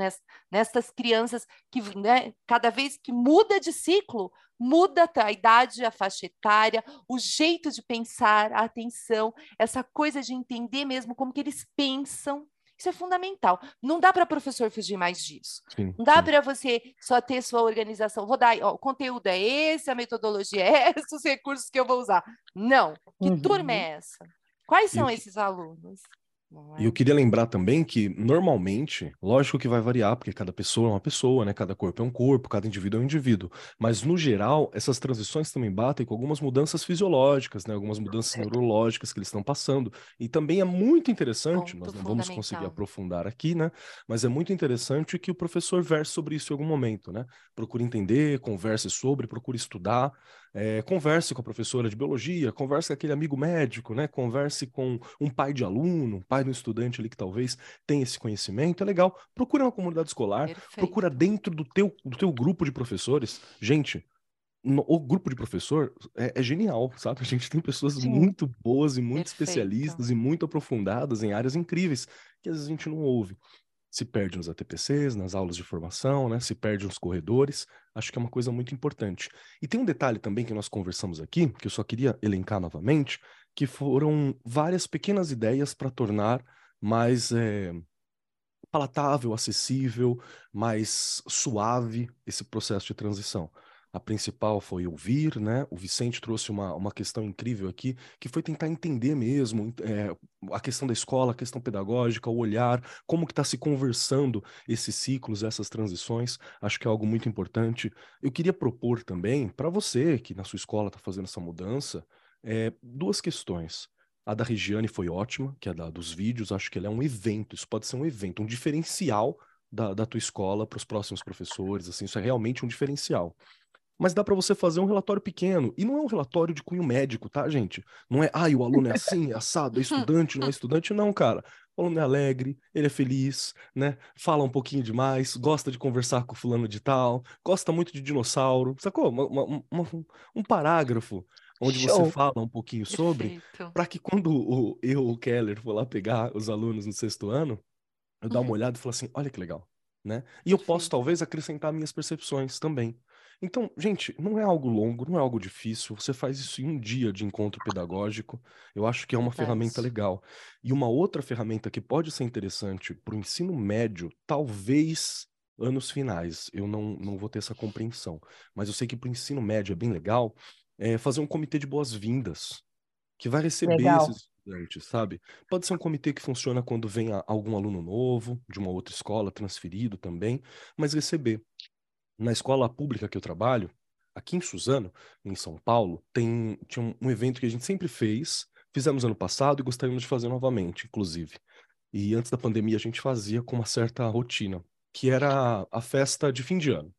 nessas crianças que, né, cada vez que muda de ciclo, muda a idade, a faixa etária, o jeito de pensar, a atenção, essa coisa de entender mesmo como que eles pensam. Isso é fundamental. Não dá para professor fugir mais disso. Sim, Não dá sim. para você só ter sua organização. Vou dar, ó, o conteúdo é esse, a metodologia é essa, os recursos que eu vou usar. Não. Que turma Uhum. é essa? Quais E o são que- esses alunos? Não E é? eu queria lembrar também que, normalmente, lógico que vai variar, porque cada pessoa é uma pessoa, né? Cada corpo é um corpo, cada indivíduo é um indivíduo. Mas, no geral, essas transições também batem com algumas mudanças fisiológicas, né? Algumas mudanças neurológicas que eles estão passando. E também é muito interessante, Ponto nós não vamos conseguir fundamental. aprofundar aqui, né? Mas é muito interessante que o professor verse sobre isso em algum momento, né? Procure entender, converse sobre, procure estudar. Converse com a professora de biologia, converse com aquele amigo médico, né? Converse com um pai de aluno, um pai de um estudante ali que talvez tenha esse conhecimento. É legal. Procura uma comunidade escolar, procura Perfeito. dentro do teu grupo de professores. Gente, o grupo de professor é genial, sabe? A gente tem pessoas Sim. muito boas e muito Perfeito. especialistas e muito aprofundadas em áreas incríveis que às vezes a gente não ouve. Se perde nos ATPCs, nas aulas de formação, né? Se perde nos corredores. Acho que é uma coisa muito importante. E tem um detalhe também que nós conversamos aqui, que eu só queria elencar novamente, que foram várias pequenas ideias para tornar mais palatável, acessível, mais suave esse processo de transição. A principal foi ouvir, né? O Vicente trouxe uma questão incrível aqui, que foi tentar entender mesmo a questão da escola, a questão pedagógica, o olhar, como que está se conversando esses ciclos, essas transições. Acho que é algo muito importante. Eu queria propor também, para você que na sua escola está fazendo essa mudança, duas questões. A da Regiane foi ótima, que é a dos vídeos. Acho que ela é um evento, isso pode ser um evento, um diferencial da tua escola para os próximos professores, assim, isso é realmente um diferencial. Mas dá para você fazer um relatório pequeno. E não é um relatório de cunho médico, tá, gente? Não é, o aluno é assim, é assado, é estudante, não é estudante. Não, cara. O aluno é alegre, ele é feliz, né? Fala um pouquinho demais, gosta de conversar com fulano de tal, gosta muito de dinossauro. Sacou? Um parágrafo onde você Show. fala um pouquinho sobre, Perfeito. para que quando o Keller for lá pegar os alunos no sexto ano, eu dar uma olhada e falar assim, olha que legal, né? E eu posso Perfeito. talvez acrescentar minhas percepções também. Então, gente, não é algo longo, não é algo difícil. Você faz isso em um dia de encontro pedagógico. Eu acho que é uma ferramenta Verdade. legal. E uma outra ferramenta que pode ser interessante para o ensino médio, talvez anos finais. Eu não vou ter essa compreensão. Mas eu sei que para o ensino médio é bem legal fazer um comitê de boas-vindas que vai receber Legal. esses estudantes, sabe? Pode ser um comitê que funciona quando vem algum aluno novo, de uma outra escola, transferido também, mas receber. Na escola pública que eu trabalho, aqui em Suzano, em São Paulo, tinha um evento que a gente sempre fez, fizemos ano passado e gostaríamos de fazer novamente, inclusive. E antes da pandemia a gente fazia com uma certa rotina, que era a festa de fim de ano.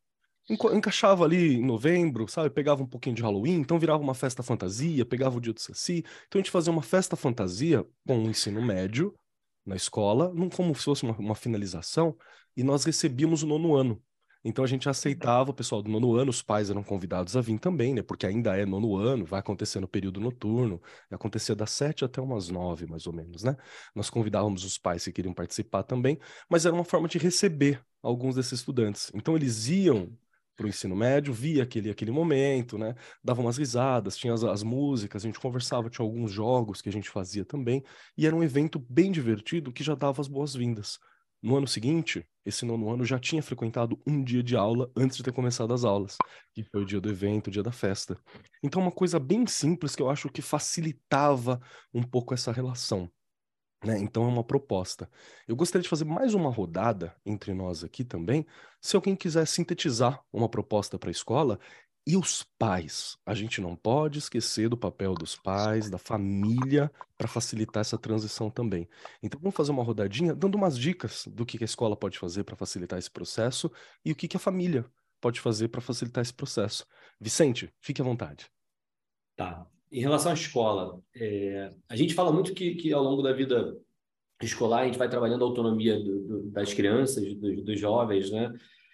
Encaixava ali em novembro, sabe? Pegava um pouquinho de Halloween, então virava uma festa fantasia, pegava o dia do Saci. Então a gente fazia uma festa fantasia com o ensino médio na escola, não como se fosse uma finalização, e nós recebíamos o 9º ano. Então a gente aceitava o pessoal do 9º ano, os pais eram convidados a vir também, né? Porque ainda é 9º ano, vai acontecer no período noturno, acontecia das 7 até umas 9, mais ou menos, né? Nós convidávamos os pais que queriam participar também, mas era uma forma de receber alguns desses estudantes. Então eles iam para o ensino médio, via aquele momento, né? Dava umas risadas, tinha as músicas, a gente conversava, tinha alguns jogos que a gente fazia também, e era um evento bem divertido que já dava as boas-vindas. No ano seguinte, esse 9º ano já tinha frequentado um dia de aula antes de ter começado as aulas, que foi o dia do evento, o dia da festa. Então, uma coisa bem simples que eu acho que facilitava um pouco essa relação, né? Então, é uma proposta. Eu gostaria de fazer mais uma rodada entre nós aqui também, se alguém quiser sintetizar uma proposta para a escola. E os pais, a gente não pode esquecer do papel dos pais, da família, para facilitar essa transição também. Então, vamos fazer uma rodadinha dando umas dicas do que a escola pode fazer para facilitar esse processo e o que a família pode fazer para facilitar esse processo. Vicente, fique à vontade. Tá. Em relação à escola, a gente fala muito que ao longo da vida escolar a gente vai trabalhando a autonomia das crianças, dos jovens, né?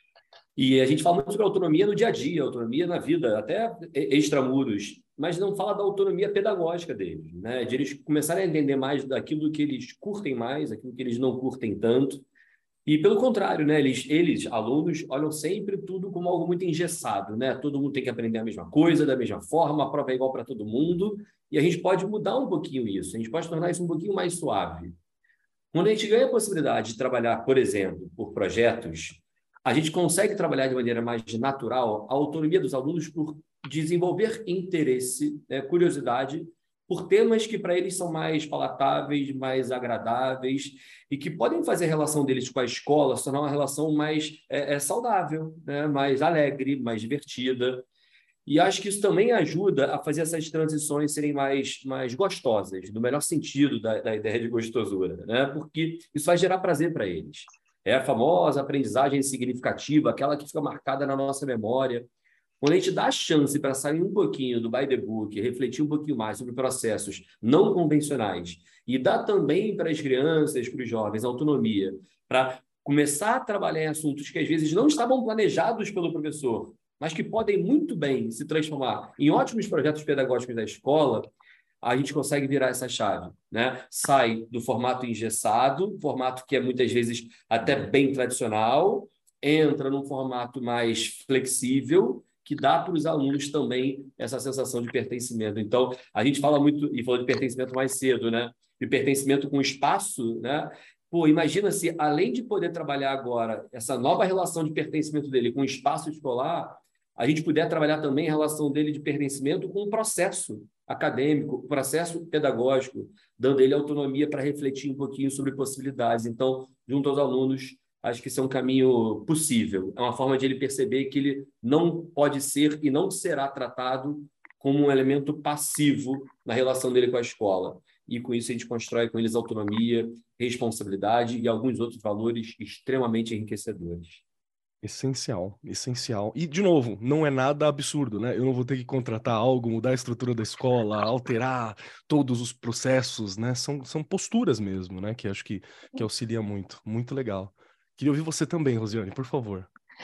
E a gente fala muito sobre autonomia no dia a dia, autonomia na vida, até extramuros, mas não fala da autonomia pedagógica deles, né? De eles começarem a entender mais daquilo que eles curtem mais, aquilo que eles não curtem tanto. E pelo contrário, né? Eles, alunos, olham sempre tudo como algo muito engessado, né? Todo mundo tem que aprender a mesma coisa, da mesma forma, a prova é igual para todo mundo, e a gente pode mudar um pouquinho isso, a gente pode tornar isso um pouquinho mais suave. Quando a gente ganha a possibilidade de trabalhar, por exemplo, por projetos, a gente consegue trabalhar de maneira mais natural a autonomia dos alunos por desenvolver interesse, curiosidade, por temas que para eles são mais palatáveis, mais agradáveis e que podem fazer a relação deles com a escola se tornar uma relação mais saudável, né? Mais alegre, mais divertida. E acho que isso também ajuda a fazer essas transições serem mais gostosas, no melhor sentido da ideia de gostosura, né? Porque isso vai gerar prazer para eles. É a famosa aprendizagem significativa, aquela que fica marcada na nossa memória. Quando a gente dá a chance para sair um pouquinho do by the book, refletir um pouquinho mais sobre processos não convencionais e dá também para as crianças, para os jovens, autonomia para começar a trabalhar em assuntos que às vezes não estavam planejados pelo professor, mas que podem muito bem se transformar em ótimos projetos pedagógicos da escola, a gente consegue virar essa chave, né? Sai do formato engessado, formato que é muitas vezes até bem tradicional, entra num formato mais flexível, que dá para os alunos também essa sensação de pertencimento. Então, a gente fala muito, e falou de pertencimento mais cedo, né? De pertencimento com espaço, né? Pô, imagina se, além de poder trabalhar agora essa nova relação de pertencimento dele com o espaço escolar, a gente puder trabalhar também a relação dele de pertencimento com o processo acadêmico, o processo pedagógico, dando ele autonomia para refletir um pouquinho sobre possibilidades. Então, junto aos alunos, acho que isso é um caminho possível. É uma forma de ele perceber que ele não pode ser e não será tratado como um elemento passivo na relação dele com a escola. E com isso a gente constrói com eles autonomia, responsabilidade e alguns outros valores extremamente enriquecedores. Essencial, essencial. E, de novo, não é nada absurdo, né? Eu não vou ter que contratar algo, mudar a estrutura da escola, alterar todos os processos, né? São posturas mesmo, né? Que acho que auxilia muito. Muito legal. Queria ouvir você também, Rosiane, por favor.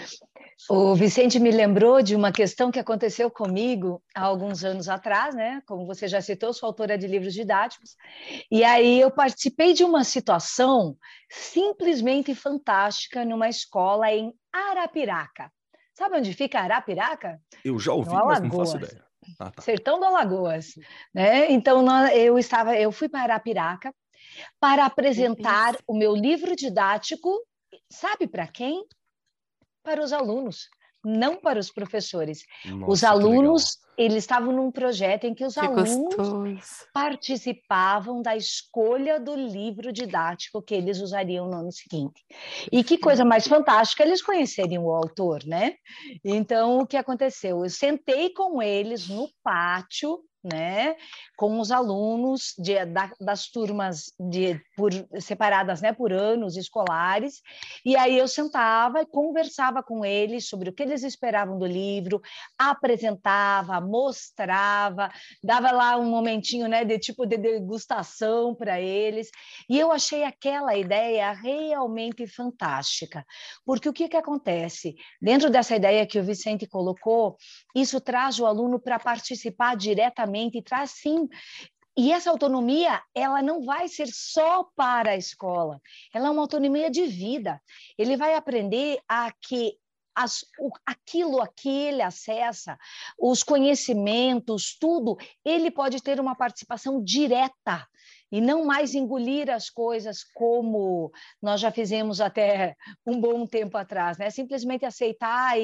O Vicente me lembrou de uma questão que aconteceu comigo há alguns anos atrás, né? Como você já citou, sou autora de livros didáticos, e aí eu participei de uma situação simplesmente fantástica numa escola em Arapiraca. Sabe onde fica Arapiraca? Eu já ouvi, No mas não faço Alagoas. ideia. Ah, tá. Sertão do Alagoas, né? Então eu fui para Arapiraca para apresentar o meu livro didático, sabe para quem? Para os alunos, não para os professores. Nossa, os alunos, eles estavam num projeto em que os alunos participavam da escolha do livro didático que eles usariam no ano seguinte. E que coisa mais fantástica, eles conheceriam o autor, né? Então, o que aconteceu? Eu sentei com eles no pátio, né, com os alunos das turmas separadas, né, por anos escolares, e aí eu sentava e conversava com eles sobre o que eles esperavam do livro, apresentava, mostrava, dava lá um momentinho, né, de tipo de degustação para eles, e eu achei aquela ideia realmente fantástica, porque o que acontece? Dentro dessa ideia que o Vicente colocou, isso traz o aluno para participar diretamente, e traz sim. E essa autonomia, ela não vai ser só para a escola, ela é uma autonomia de vida. Ele vai aprender a que aquilo a que ele acessa, os conhecimentos, tudo, ele pode ter uma participação direta e não mais engolir as coisas como nós já fizemos até um bom tempo atrás, né? Simplesmente aceitar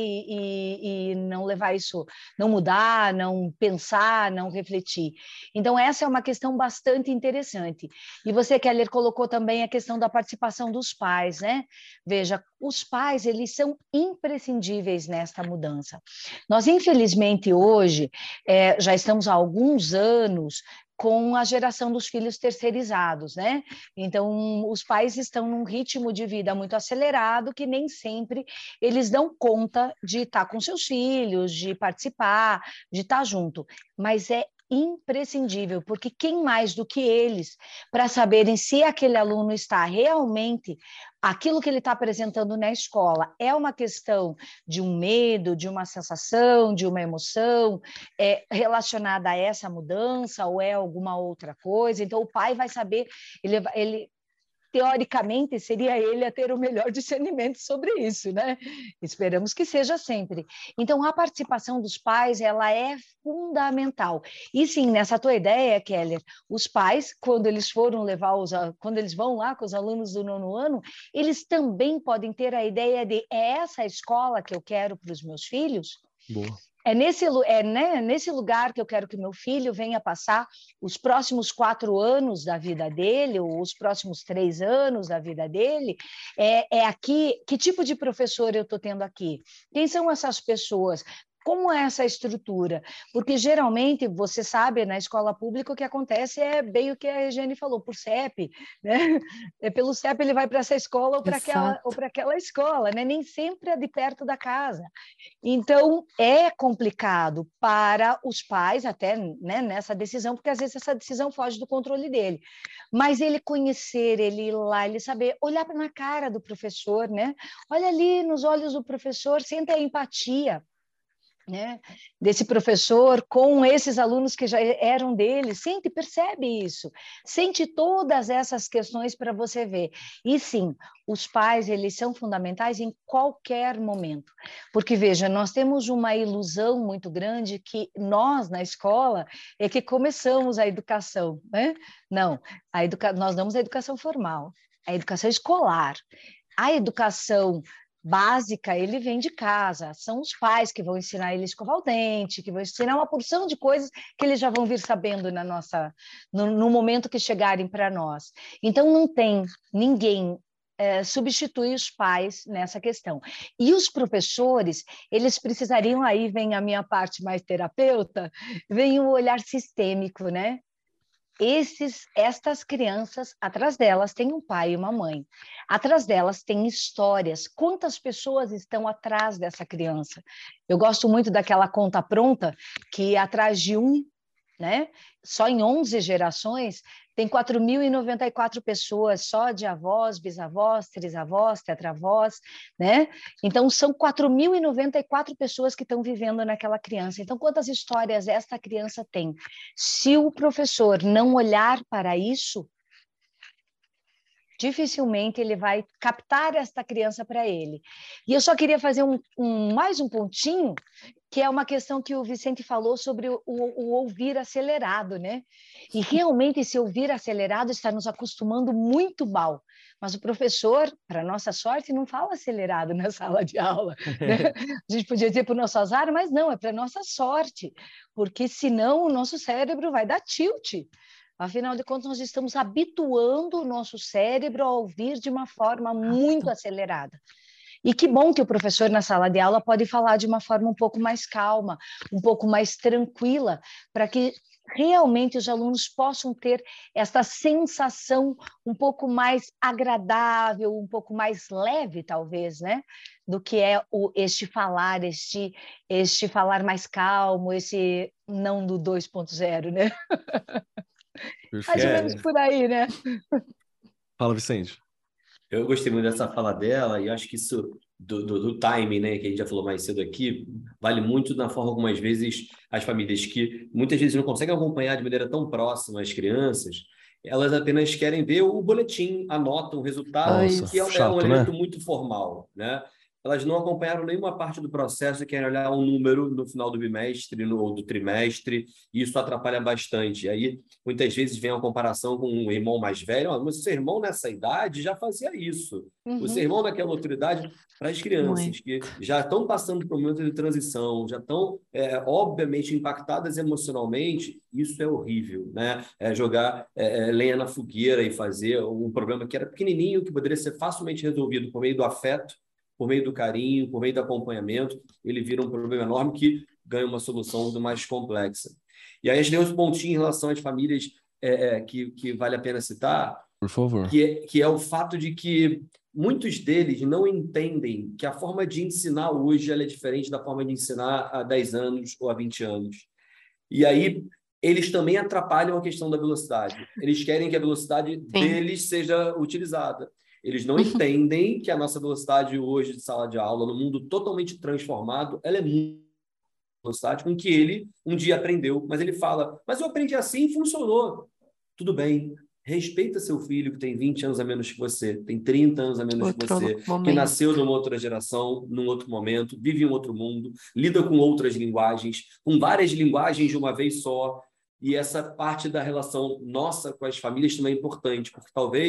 e não levar isso, não mudar, não pensar, não refletir. Então, essa é uma questão bastante interessante. E você, Keller, colocou também a questão da participação dos pais, né? Veja, os pais, eles são imprescindíveis nesta mudança. Nós, infelizmente, hoje, já estamos há alguns anos com a geração dos filhos terceirizados, né? Então, os pais estão num ritmo de vida muito acelerado que nem sempre eles dão conta de estar com seus filhos, de participar, de estar junto. Mas é imprescindível, porque quem mais do que eles para saberem se aquele aluno está realmente aquilo que ele está apresentando na escola é uma questão de um medo, de uma sensação, de uma emoção relacionada a essa mudança ou é alguma outra coisa. Então, o pai vai saber, ele teoricamente, seria ele a ter o melhor discernimento sobre isso, né? Esperamos que seja sempre. Então, a participação dos pais, ela é fundamental. E sim, nessa tua ideia, Keller, os pais, quando eles quando eles vão lá com os alunos do 9º ano, eles também podem ter a ideia de é essa a escola que eu quero para os meus filhos? Boa. É nesse lugar que eu quero que meu filho venha passar os próximos 4 anos da vida dele, ou os próximos 3 anos da vida dele. É aqui, que tipo de professor eu estou tendo aqui? Quem são essas pessoas? Como é essa estrutura? Porque, geralmente, você sabe, na escola pública, o que acontece é bem o que a Regiane falou, por CEP, né? Pelo CEP ele vai para essa escola ou para aquela escola, né? Nem sempre é de perto da casa. Então, é complicado para os pais, até, né, nessa decisão, porque às vezes essa decisão foge do controle dele. Mas ele conhecer, ele ir lá, ele saber, olhar na cara do professor, né? Olha ali nos olhos do professor, sente a empatia, né, desse professor com esses alunos que já eram dele, sente, percebe isso, sente todas essas questões para você ver. E sim, os pais, eles são fundamentais em qualquer momento, porque veja, nós temos uma ilusão muito grande que nós, na escola, é que começamos a educação, né? Não, nós damos a educação formal, a educação escolar, a educação básica, ele vem de casa, são os pais que vão ensinar ele a escovar o dente, que vão ensinar uma porção de coisas que eles já vão vir sabendo no momento que chegarem para nós. Então, não tem ninguém substitui os pais nessa questão. E os professores, eles precisariam, aí vem a minha parte mais terapeuta, vem o olhar sistêmico, né? Estas crianças, atrás delas tem um pai e uma mãe. Atrás delas tem histórias. Quantas pessoas estão atrás dessa criança? Eu gosto muito daquela conta pronta, que atrás de né? Só em 11 gerações, tem 4.094 pessoas, só de avós, bisavós, trisavós, tetravós, né? Então, são 4.094 pessoas que estão vivendo naquela criança. Então, quantas histórias esta criança tem? Se o professor não olhar para isso, dificilmente ele vai captar esta criança para ele. E eu só queria fazer mais um pontinho, que é uma questão que o Vicente falou sobre o ouvir acelerado, né? E realmente esse ouvir acelerado está nos acostumando muito mal. Mas o professor, para nossa sorte, não fala acelerado na sala de aula, né? A gente podia dizer para o nosso azar, mas não, é para nossa sorte, porque senão o nosso cérebro vai dar tilt. Afinal de contas, nós estamos habituando o nosso cérebro a ouvir de uma forma muito acelerada. E que bom que o professor na sala de aula pode falar de uma forma um pouco mais calma, um pouco mais tranquila, para que realmente os alunos possam ter essa sensação um pouco mais agradável, um pouco mais leve, talvez, né? Do que é este falar mais calmo, esse não do 2.0, né? Mais ou menos É, por aí, né? Fala, Vicente. eu gostei muito dessa fala dela e acho que isso do timing, né, que a gente já falou mais cedo aqui, vale muito na forma como, às vezes, as famílias que muitas vezes não conseguem acompanhar de maneira tão próxima as crianças, elas apenas querem ver o boletim, a nota, o resultado, Nossa, que é um chato, elemento né? muito formal, né? Elas não acompanharam nenhuma parte do processo e querem olhar um número no final do bimestre ou do trimestre, e isso atrapalha bastante. E aí, muitas vezes, vem a comparação com um irmão mais velho. "Ah, mas o seu irmão nessa idade já fazia isso. O seu Uhum. irmão naquela outra idade", para as crianças Muito. que já estão passando por um momento de transição, já estão, obviamente, impactadas emocionalmente, isso é horrível, né? É jogar lenha na fogueira e fazer um problema que era pequenininho, que poderia ser facilmente resolvido por meio do afeto, por meio do carinho, por meio do acompanhamento, ele vira um problema enorme que ganha uma solução muito mais complexa. E aí a gente tem uns pontinhos em relação às famílias que vale a pena citar, Por favor. que é o fato de que muitos deles não entendem que a forma de ensinar hoje ela é diferente da forma de ensinar há 10 anos ou há 20 anos. E aí eles também atrapalham a questão da velocidade. Eles querem que a velocidade Sim. deles seja utilizada. Eles não entendem que a nossa velocidade hoje de sala de aula, no mundo totalmente transformado, ela é muito velocidade com que ele um dia aprendeu. Mas ele fala, mas eu aprendi assim e funcionou. Tudo bem. Respeita seu filho que tem 20 anos a menos que você, tem 30 anos a menos que Outro você, que momento. nasceu numa outra geração, num outro momento, vive em um outro mundo, lida com outras linguagens, com várias linguagens de uma vez só. E essa parte da relação nossa com as famílias também é importante, porque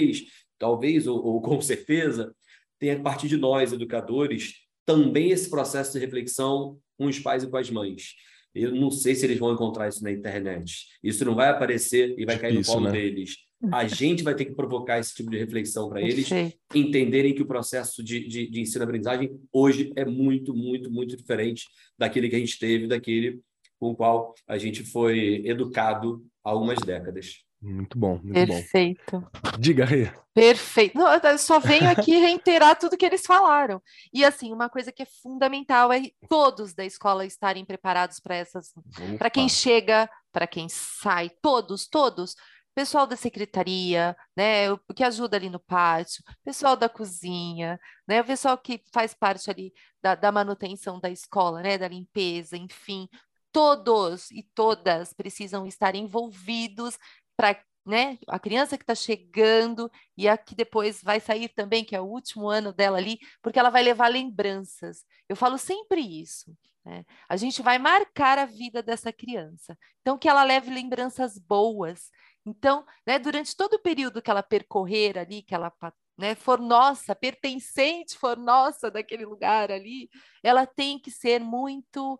talvez ou com certeza, tenha a partir de nós, educadores, também esse processo de reflexão com os pais e com as mães. Eu não sei se eles vão encontrar isso na internet. Isso não vai aparecer e vai cair no Difícil, colo né? deles. A gente vai ter que provocar esse tipo de reflexão para eles Perfeito. entenderem que o processo de ensino-aprendizagem hoje é muito, muito, muito diferente daquele que a gente teve, daquele com o qual a gente foi educado há algumas décadas. Muito bom, muito bom. Perfeito. Diga, Rê. Perfeito. Não, eu só venho aqui reiterar tudo que eles falaram. E assim, uma coisa que é fundamental é todos da escola estarem preparados para quem Opa. chega, para quem sai, todos. Pessoal da secretaria, né, o que ajuda ali no pátio, pessoal da cozinha, né, o pessoal que faz parte ali da manutenção da escola, né, da limpeza, enfim, todos e todas precisam estar envolvidos para, né, a criança que está chegando e a que depois vai sair também, que é o último ano dela ali, porque ela vai levar lembranças. Eu falo sempre isso, né? A gente vai marcar a vida dessa criança. Então, que ela leve lembranças boas. Então, né, durante todo o período que ela percorrer ali, que ela, né, for nossa, pertencente, for nossa daquele lugar ali, ela tem que ser muito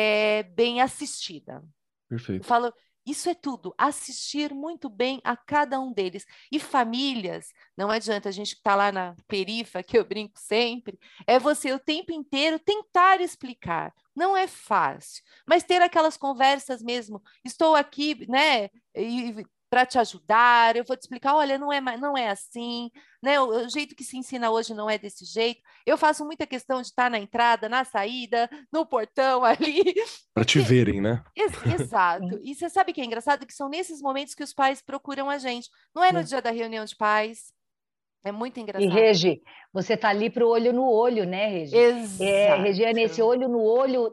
bem assistida. Eu Perfeito. falo, isso é tudo, assistir muito bem a cada um deles. E famílias, não adianta a gente que está lá na perifa, que eu brinco sempre, é você o tempo inteiro tentar explicar. Não é fácil, mas ter aquelas conversas mesmo. Estou aqui, né, para te ajudar, eu vou te explicar, olha, não é assim, né? O jeito que se ensina hoje não é desse jeito. Eu faço muita questão de estar na entrada, na saída, no portão ali, Para te porque verem, né? Exato. E você sabe que é engraçado? Que são nesses momentos que os pais procuram a gente. Não é no dia da reunião de pais. É muito E, engraçado. Regi, você está ali para o olho no olho, né, Regi? Regiane, esse Exato. olho no olho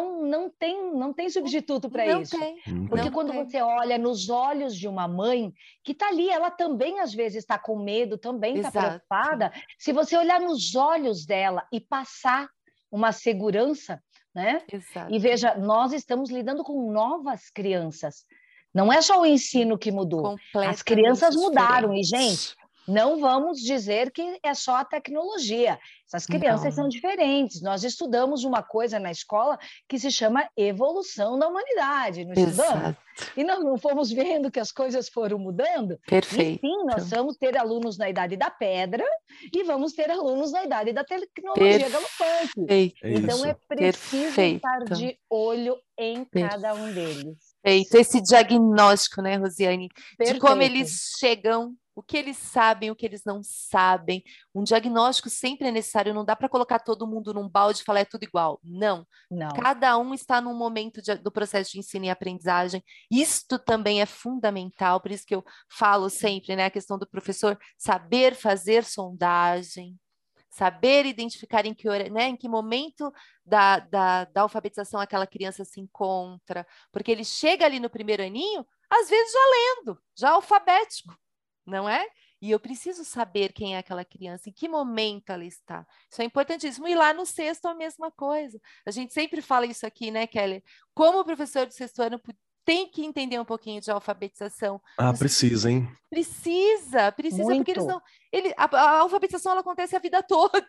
não tem substituto para Não isso. tem, Não Porque tem. não quando tem. você olha nos olhos de uma mãe que está ali, ela também às vezes está com medo, também está Exato. preocupada. Se você olhar nos olhos dela e passar uma segurança, né? Exato. E veja, nós estamos lidando com novas crianças. Não é só o ensino que mudou. As Completamente crianças mudaram. E, diferente. gente, Não vamos dizer que é só a tecnologia. Essas crianças são diferentes. Nós estudamos uma coisa na escola que se chama evolução da humanidade, não estudamos? Exato. E nós não fomos vendo que as coisas foram mudando? Perfeito. E sim, nós vamos ter alunos na idade da pedra e vamos ter alunos na idade da tecnologia galopante. Então é preciso estar de olho em cada um deles. Perfeito. Esse diagnóstico, né, Rosiane? De como eles chegam, o que eles sabem, o que eles não sabem. Um diagnóstico sempre é necessário, não dá para colocar todo mundo num balde e falar é tudo igual. Não. Cada um está num momento do processo de ensino e aprendizagem. Isto também é fundamental, por isso que eu falo sempre, né, a questão do professor saber fazer sondagem, saber identificar em que momento da alfabetização aquela criança se encontra, porque ele chega ali no primeiro aninho, às vezes já lendo, já alfabético, não é? E eu preciso saber quem é aquela criança, em que momento ela está. Isso é importantíssimo. E lá no sexto a mesma coisa. A gente sempre fala isso aqui, né, Kelly? Como o professor do sexto ano tem que entender um pouquinho de alfabetização. Precisa, hein? Precisa, muito. Porque eles não... a alfabetização ela acontece a vida toda.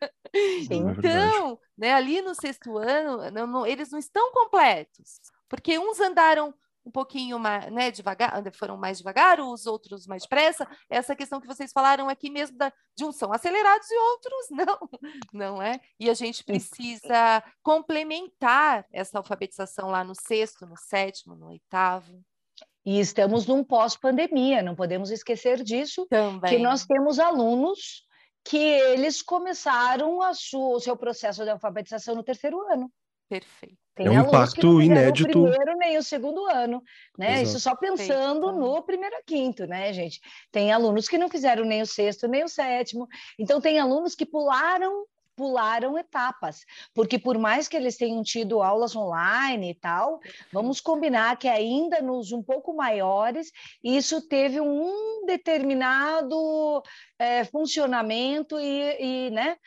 Então, né, ali no sexto ano, eles não estão completos, porque uns andaram um pouquinho mais, né, devagar, foram mais devagar, os outros mais depressa. Essa questão que vocês falaram aqui mesmo de uns são acelerados e outros não é? E a gente precisa complementar essa alfabetização lá no sexto, no sétimo, no oitavo. E estamos num pós-pandemia, não podemos esquecer disso, também. Que nós temos alunos que eles começaram o seu processo de alfabetização no terceiro ano. Perfeito. Tem um impacto inédito. O primeiro nem o segundo ano, né? Exato. Isso só pensando no primeiro a quinto, né, gente? Tem alunos que não fizeram nem o sexto, nem o sétimo. Então, tem alunos que pularam etapas, porque por mais que eles tenham tido aulas online e tal, vamos combinar que ainda nos um pouco maiores, isso teve um determinado funcionamento e né,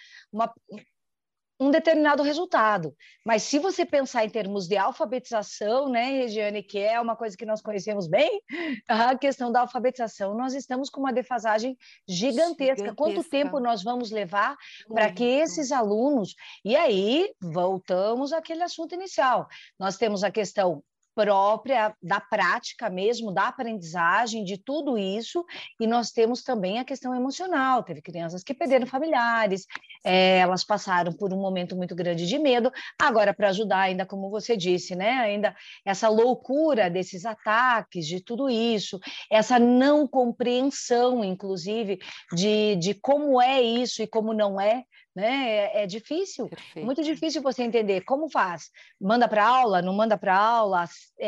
um determinado resultado. Mas se você pensar em termos de alfabetização, né, Regiane, que é uma coisa que nós conhecemos bem, a questão da alfabetização, nós estamos com uma defasagem gigantesca. Quanto tempo nós vamos levar para que esses alunos... E aí, voltamos àquele assunto inicial. Nós temos a questão própria da prática mesmo, da aprendizagem, de tudo isso, e nós temos também a questão emocional. Teve crianças que perderam familiares, elas passaram por um momento muito grande de medo. Agora, para ajudar ainda, como você disse, né, ainda essa loucura desses ataques, de tudo isso, essa não compreensão, inclusive, de como é isso e como não é, né? É difícil, Perfeito. Muito difícil você entender como faz. Manda para aula, não manda para aula,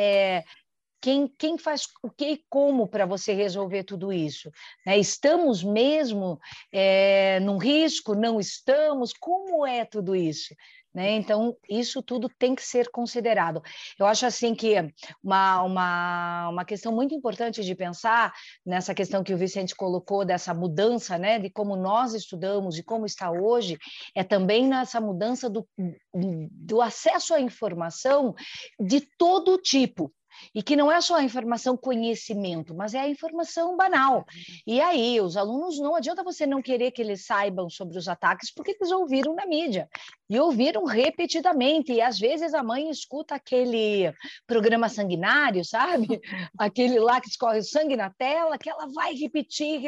quem faz o que e como para você resolver tudo isso? Estamos mesmo num risco? Não estamos? Como é tudo isso? Então, isso tudo tem que ser considerado. Eu acho assim que uma questão muito importante de pensar nessa questão que o Vicente colocou, dessa mudança, né, de como nós estudamos e como está hoje, é também nessa mudança do acesso à informação de todo tipo. E que não é só a informação conhecimento, mas é a informação banal. E aí, os alunos, não adianta você não querer que eles saibam sobre os ataques, porque eles ouviram na mídia. E ouviram repetidamente. E, às vezes, a mãe escuta aquele programa sanguinário, sabe? Aquele lá que escorre o sangue na tela, que ela vai repetir.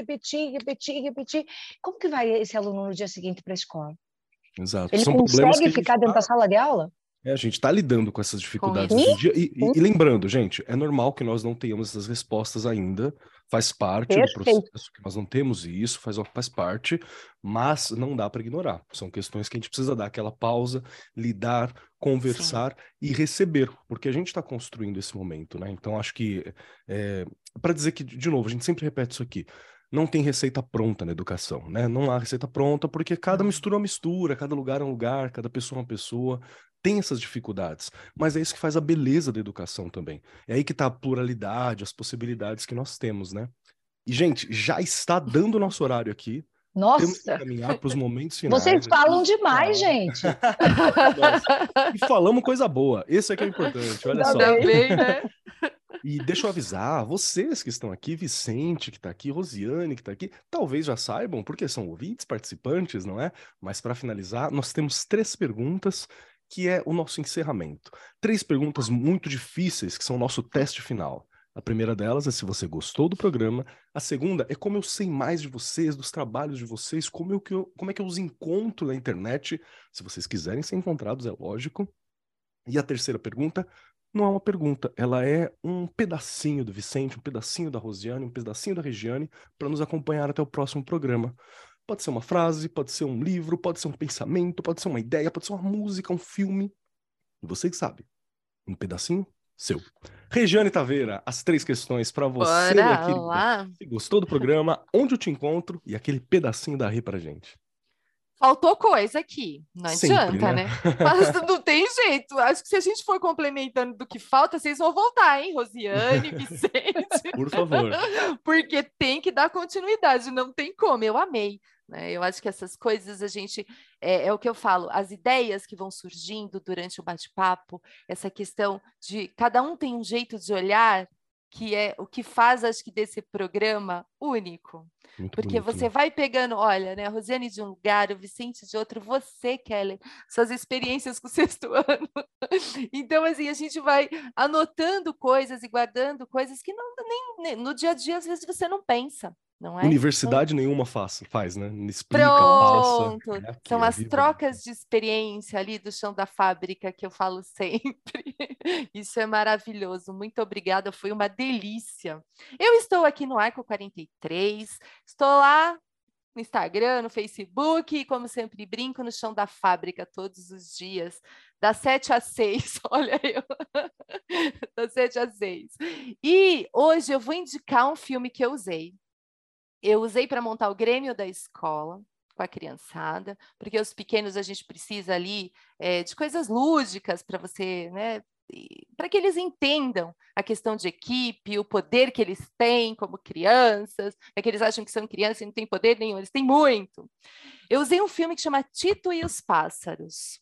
Como que vai esse aluno no dia seguinte para a escola? Exato. Ele consegue ficar dentro da sala de aula? A gente está lidando com essas dificuldades hoje em dia. E lembrando, gente, é normal que nós não tenhamos essas respostas ainda. Faz parte do processo que nós não temos isso, faz parte, mas não dá para ignorar. São questões que a gente precisa dar aquela pausa, lidar, conversar e receber, porque a gente está construindo esse momento, né? Então, acho que, para dizer que, de novo, a gente sempre repete isso aqui, não tem receita pronta na educação, né? Não há receita pronta, porque cada mistura é uma mistura, cada lugar é um lugar, cada pessoa é uma pessoa. Tem essas dificuldades, mas é isso que faz a beleza da educação também. É aí que está a pluralidade, as possibilidades que nós temos, né? E, gente, já está dando o nosso horário aqui. Nossa! Temos que caminhar para os momentos finais. Vocês falam demais, gente! E falamos coisa boa. Esse é que é importante, olha só. Também, né? E deixa eu avisar, vocês que estão aqui, Vicente que está aqui, Rosiane que está aqui, talvez já saibam, porque são ouvintes, participantes, não é? Mas para finalizar, nós temos 3 perguntas, que é o nosso encerramento. 3 perguntas muito difíceis, que são o nosso teste final. A primeira delas é se você gostou do programa. A segunda é como eu sei mais de vocês, dos trabalhos de vocês, como é que eu os encontro na internet. Se vocês quiserem ser encontrados, é lógico. E a terceira pergunta não é uma pergunta, ela é um pedacinho do Vicente, um pedacinho da Rosiane, um pedacinho da Regiane, para nos acompanhar até o próximo programa. Pode ser uma frase, pode ser um livro, pode ser um pensamento, pode ser uma ideia, pode ser uma música, um filme. E você que sabe, um pedacinho seu. Regiane Taveira, as 3 questões para você, minha Bora querida. lá. Se gostou do programa, onde eu te encontro e aquele pedacinho da Rê pra gente. Faltou coisa aqui, não Sempre, adianta, né? né? Mas não tem jeito. Acho que se a gente for complementando do que falta, vocês vão voltar, hein, Rosiane, Vicente? Por favor. Porque tem que dar continuidade, não tem como. Eu amei, né? Eu acho que essas coisas a gente é o que eu falo, as ideias que vão surgindo durante o bate-papo, essa questão de cada um tem um jeito de olhar que é o que faz, acho que, desse programa único. Muito Porque bonito, você né? vai pegando, olha, né, a Rosiane de um lugar, o Vicente de outro, você, Kelly, suas experiências com o 6º ano. Então, assim, a gente vai anotando coisas e guardando coisas que nem no dia a dia, às vezes, você não pensa, não é? Então, Universidade nenhuma faz, né? Explica, passa. pronto, É aqui, são é as vivo trocas de experiência ali do chão da fábrica que eu falo sempre. Isso é maravilhoso. Muito obrigada, foi uma delícia. Eu estou aqui no Arco 43, estou lá no Instagram, no Facebook, e como sempre brinco no chão da fábrica todos os dias, das 7 às 6, olha eu, das 7 às 6. E hoje eu vou indicar um filme que eu usei. Eu usei para montar o Grêmio da escola, com a criançada, porque os pequenos a gente precisa ali de coisas lúdicas para você, né? Para que eles entendam a questão de equipe, o poder que eles têm como crianças, é que eles acham que são crianças e não têm poder nenhum, eles têm muito. Eu usei um filme que chama Tito e os Pássaros.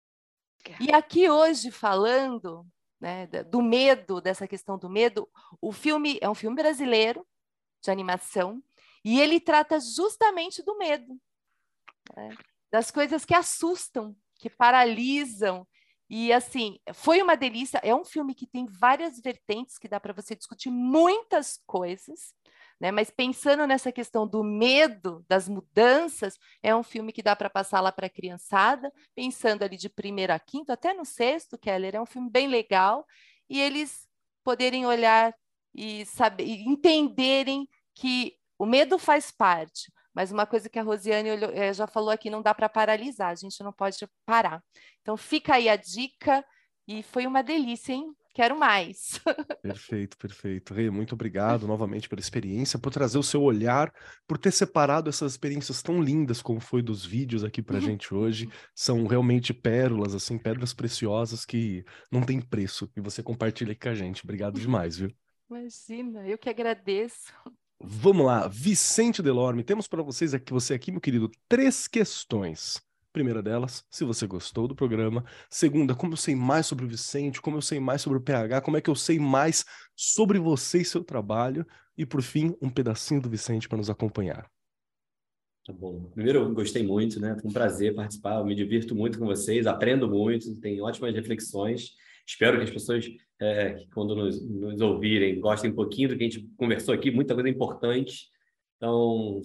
E aqui hoje, falando, né, do medo, dessa questão do medo, o filme é um filme brasileiro, de animação, e ele trata justamente do medo, né? Das coisas que assustam, que paralisam. E, assim, foi uma delícia. É um filme que tem várias vertentes, que dá para você discutir muitas coisas, né? Mas pensando nessa questão do medo, das mudanças, é um filme que dá para passar lá para a criançada, pensando ali de 1º a 5º, até no 6º, Keller, é um filme bem legal, e eles poderem olhar e saber, e entenderem que o medo faz parte, mas uma coisa que a Rosiane já falou aqui, não dá para paralisar, a gente não pode parar. Então fica aí a dica, e foi uma delícia, hein? Quero mais. Perfeito, perfeito. Rê, muito obrigado novamente pela experiência, por trazer o seu olhar, por ter separado essas experiências tão lindas como foi dos vídeos aqui pra gente hoje. São realmente pérolas, assim, pérolas preciosas que não tem preço. E você compartilha aqui com a gente. Obrigado demais, viu? Imagina, eu que agradeço. Vamos lá, Vicente Delorme, temos para você aqui, meu querido, 3 questões. Primeira delas, se você gostou do programa. Segunda, como eu sei mais sobre o Vicente, como eu sei mais sobre o PH, como é que eu sei mais sobre você e seu trabalho. E, por fim, um pedacinho do Vicente para nos acompanhar. Tá bom. Primeiro, eu gostei muito, né? Foi um prazer participar. Eu me divirto muito com vocês, aprendo muito, tenho ótimas reflexões. Espero que as pessoas, que quando nos ouvirem, gostem um pouquinho do que a gente conversou aqui, muita coisa importante. Então,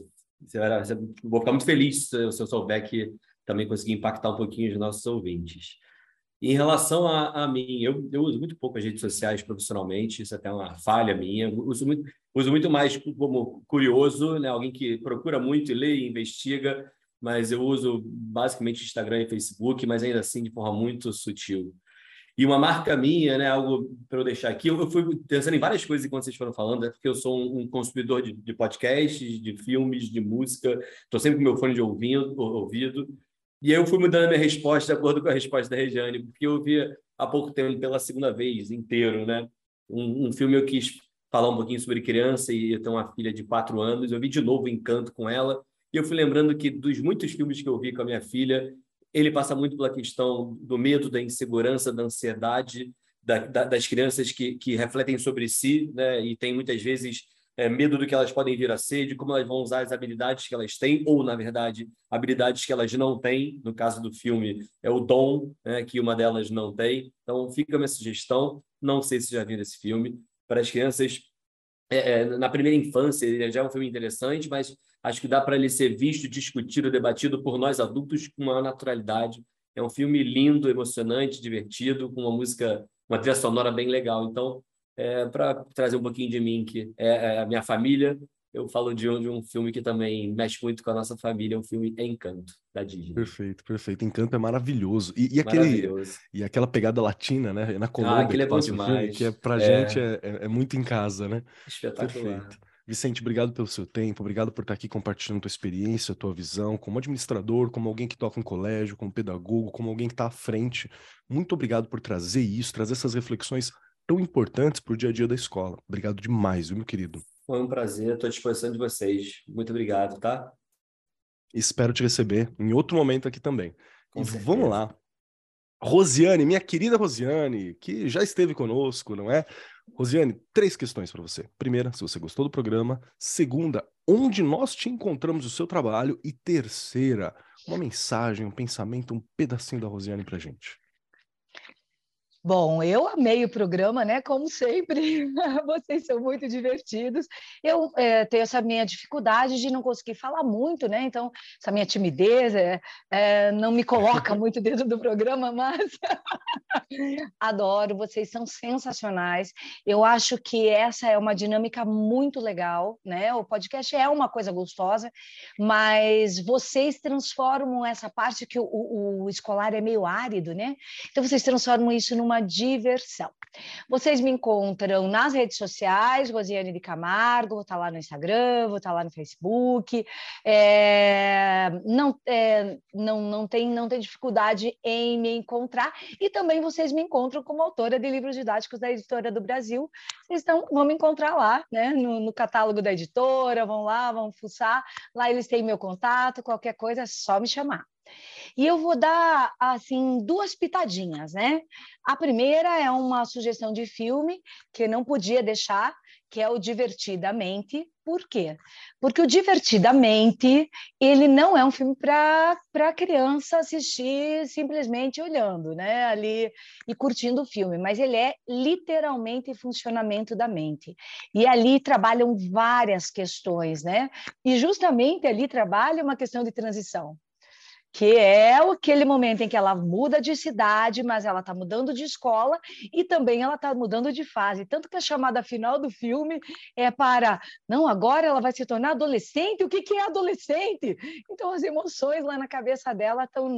vou ficar muito feliz se eu souber que também consegui impactar um pouquinho os nossos ouvintes. Em relação a mim, eu uso muito pouco as redes sociais profissionalmente, isso até é uma falha minha. Uso muito mais como curioso, né? Alguém que procura muito e lê e investiga, mas eu uso basicamente Instagram e Facebook, mas ainda assim de forma muito sutil. E uma marca minha, né? Algo para eu deixar aqui, eu fui pensando em várias coisas enquanto vocês foram falando, né? Porque eu sou um consumidor de podcasts, de filmes, de música, estou sempre com meu fone de ouvido. E aí eu fui mudando a minha resposta de acordo com a resposta da Regiane, porque eu vi há pouco tempo, pela segunda vez inteiro, né? Um filme eu quis falar um pouquinho sobre criança e eu tenho uma filha de 4 anos. Eu vi de novo Encanto com ela e eu fui lembrando que dos muitos filmes que eu vi com a minha filha, ele passa muito pela questão do medo, da insegurança, da ansiedade, das crianças que refletem sobre si, né? E tem muitas vezes medo do que elas podem vir a ser, de como elas vão usar as habilidades que elas têm, ou, na verdade, habilidades que elas não têm. No caso do filme, é o dom, né, que uma delas não tem. Então, fica a minha sugestão, não sei se já viram esse filme, para as crianças, na primeira infância, ele já é um filme interessante, mas acho que dá para ele ser visto, discutido, debatido por nós adultos com uma naturalidade. É um filme lindo, emocionante, divertido, com uma trilha sonora bem legal. Então, para trazer um pouquinho de mim, que é a minha família, eu falo de um filme que também mexe muito com a nossa família, é um filme Encanto, da Disney. Perfeito, perfeito. Encanto é maravilhoso. Maravilhoso. E aquela pegada latina, né? Na Colômbia Aquele que é bom passa o filme, que demais. pra gente é muito em casa, né? Espetacular. Perfeito. Vicente, obrigado pelo seu tempo, obrigado por estar aqui compartilhando tua experiência, tua visão, como administrador, como alguém que toca em colégio, como pedagogo, como alguém que está à frente. Muito obrigado por trazer isso, trazer essas reflexões tão importantes para o dia a dia da escola. Obrigado demais, viu, meu querido? Foi um prazer, estou à disposição de vocês. Muito obrigado, tá? Espero te receber em outro momento aqui também. Com E certeza. vamos lá. Rosiane, minha querida Rosiane, que já esteve conosco, não é? Rosiane, 3 questões para você. Primeira, se você gostou do programa. Segunda, onde nós te encontramos o seu trabalho. E terceira, uma mensagem, um pensamento, um pedacinho da Rosiane pra gente. Bom, eu amei o programa, né? Como sempre, vocês são muito divertidos. Eu tenho essa minha dificuldade de não conseguir falar muito, né? Então, essa minha timidez não me coloca muito dentro do programa, mas adoro, vocês são sensacionais. Eu acho que essa é uma dinâmica muito legal, né? O podcast é uma coisa gostosa, mas vocês transformam essa parte que o escolar é meio árido, né? Então, vocês transformam isso numa diversão. Vocês me encontram nas redes sociais, Rosiane de Camargo, vou estar lá no Instagram, vou estar lá no Facebook. Não tem dificuldade em me encontrar. E também vocês me encontram como autora de livros didáticos da Editora do Brasil. Vocês vão me encontrar lá, né, no catálogo da editora, vão lá, vão fuçar. Lá eles têm meu contato, qualquer coisa é só me chamar. E eu vou dar, assim, 2 pitadinhas, né? A primeira é uma sugestão de filme que não podia deixar, que é o Divertidamente. Por quê? Porque o Divertidamente, ele não é um filme para criança assistir simplesmente olhando, né? Ali e curtindo o filme, mas ele é literalmente funcionamento da mente. E ali trabalham várias questões, né? E justamente ali trabalha uma questão de transição, que é aquele momento em que ela muda de cidade, mas ela está mudando de escola e também ela está mudando de fase. Tanto que a chamada final do filme é para, não, agora ela vai se tornar adolescente, o que é adolescente? Então as emoções lá na cabeça dela estão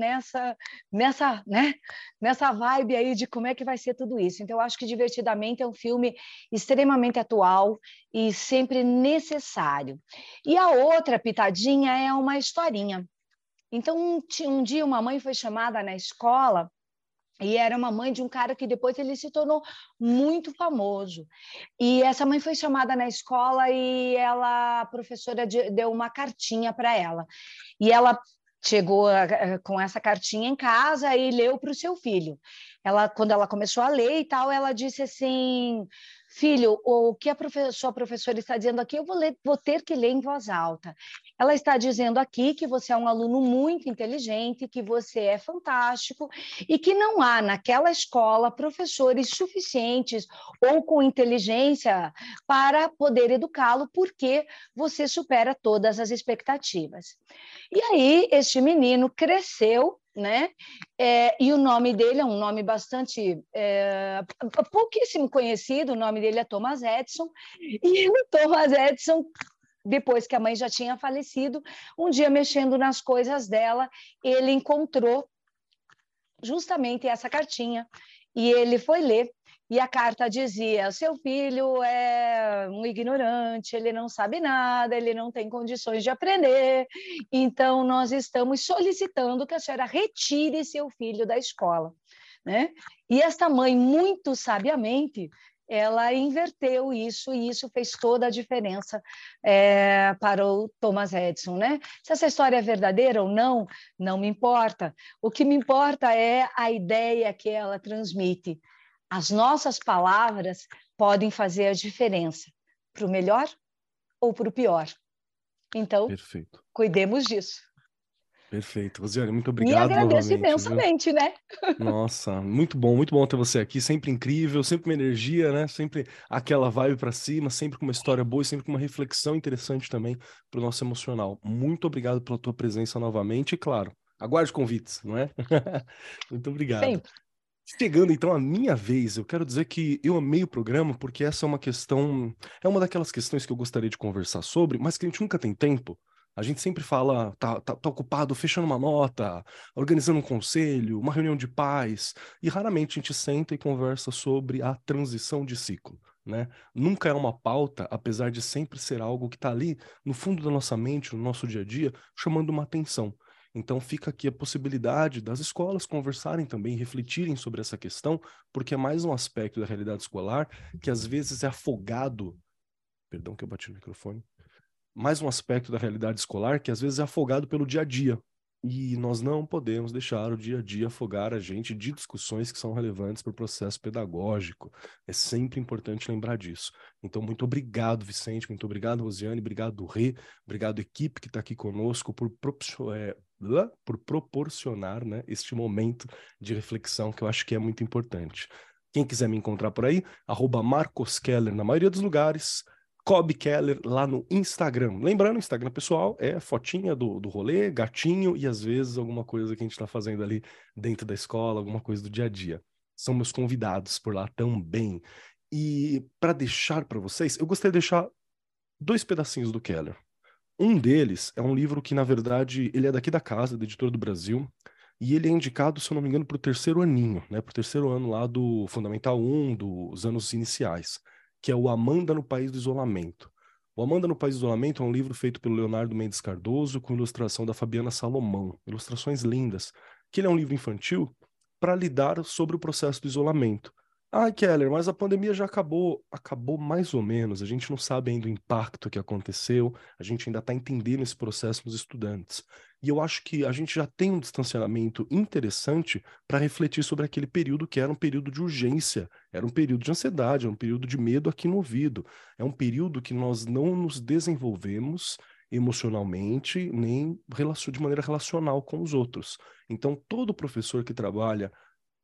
nessa vibe aí de como é que vai ser tudo isso. Então eu acho que Divertidamente é um filme extremamente atual e sempre necessário. E a outra pitadinha é uma historinha. Então, um dia uma mãe foi chamada na escola e era uma mãe de um cara que depois ele se tornou muito famoso. E essa mãe foi chamada na escola e a professora deu uma cartinha para ela. E ela chegou com essa cartinha em casa e leu para o seu filho. Quando ela começou a ler e tal, ela disse assim: filho, o que sua professora está dizendo aqui, eu vou ter que ler em voz alta. Ela está dizendo aqui que você é um aluno muito inteligente, que você é fantástico e que não há naquela escola professores suficientes ou com inteligência para poder educá-lo, porque você supera todas as expectativas. E aí, este menino cresceu, né? E o nome dele é um nome bastante pouquíssimo conhecido, o nome dele é Thomas Edison, e o Thomas Edison, depois que a mãe já tinha falecido, um dia mexendo nas coisas dela, ele encontrou justamente essa cartinha, e ele foi ler. E a carta dizia: seu filho é um ignorante, ele não sabe nada, ele não tem condições de aprender, então nós estamos solicitando que a senhora retire seu filho da escola, né? E esta mãe, muito sabiamente, ela inverteu isso, e isso fez toda a diferença para o Thomas Edison, né? Se essa história é verdadeira ou não, não me importa. O que me importa é a ideia que ela transmite. As nossas palavras podem fazer a diferença para o melhor ou para o pior. Então, Perfeito. cuidemos disso. Perfeito. Rosiane, muito E obrigado agradeço novamente, viu? imensamente, né? Nossa, muito bom ter você aqui, sempre incrível, sempre uma energia, né? Sempre aquela vibe pra cima, sempre com uma história boa e sempre com uma reflexão interessante também pro nosso emocional. Muito obrigado pela tua presença novamente e, claro, aguarde convites, não é? Muito obrigado. Sempre. Chegando então a minha vez, eu quero dizer que eu amei o programa porque essa é uma questão, é uma daquelas questões que eu gostaria de conversar sobre, mas que a gente nunca tem tempo. A gente sempre fala, tá ocupado fechando uma nota, organizando um conselho, uma reunião de pais, e raramente a gente senta e conversa sobre a transição de ciclo, né? Nunca é uma pauta, apesar de sempre ser algo que está ali no fundo da nossa mente, no nosso dia a dia, chamando uma atenção. Então fica aqui a possibilidade das escolas conversarem também, refletirem sobre essa questão, porque é mais um aspecto da realidade escolar que às vezes é afogado, perdão que eu bati no microfone, mais um aspecto da realidade escolar que às vezes é afogado pelo dia a dia. E nós não podemos deixar o dia a dia afogar a gente de discussões que são relevantes para o processo pedagógico. É sempre importante lembrar disso. Então, muito obrigado, Vicente, muito obrigado, Rosiane, obrigado, Rê, obrigado, equipe que está aqui conosco, por proporcionar, né, este momento de reflexão que eu acho que é muito importante. Quem quiser me encontrar por aí, @MarcosKeller na maioria dos lugares, Cobb Keller lá no Instagram. Lembrando, o Instagram pessoal é fotinha do rolê, gatinho e às vezes alguma coisa que a gente está fazendo ali dentro da escola, alguma coisa do dia a dia. São meus convidados por lá também. E para deixar para vocês, eu gostaria de deixar 2 pedacinhos do Keller. Um deles é um livro que, na verdade, ele é daqui da casa, da Editora do Brasil, e ele é indicado, se eu não me engano, para o 3º aninho, né? Para o 3º ano lá do Fundamental 1, dos anos iniciais, que é o Amanda no País do Isolamento. O Amanda no País do Isolamento é um livro feito pelo Leonardo Mendes Cardoso, com ilustração da Fabiana Salomão. Ilustrações lindas. Que ele é um livro infantil para lidar sobre o processo do isolamento. Ah, Keller, mas a pandemia já acabou. Acabou mais ou menos. A gente não sabe ainda o impacto que aconteceu. A gente ainda está entendendo esse processo nos estudantes. E eu acho que a gente já tem um distanciamento interessante para refletir sobre aquele período que era um período de urgência, era um período de ansiedade, era um período de medo aqui no ouvido. É um período que nós não nos desenvolvemos emocionalmente, nem de maneira relacional com os outros. Então, todo professor que trabalha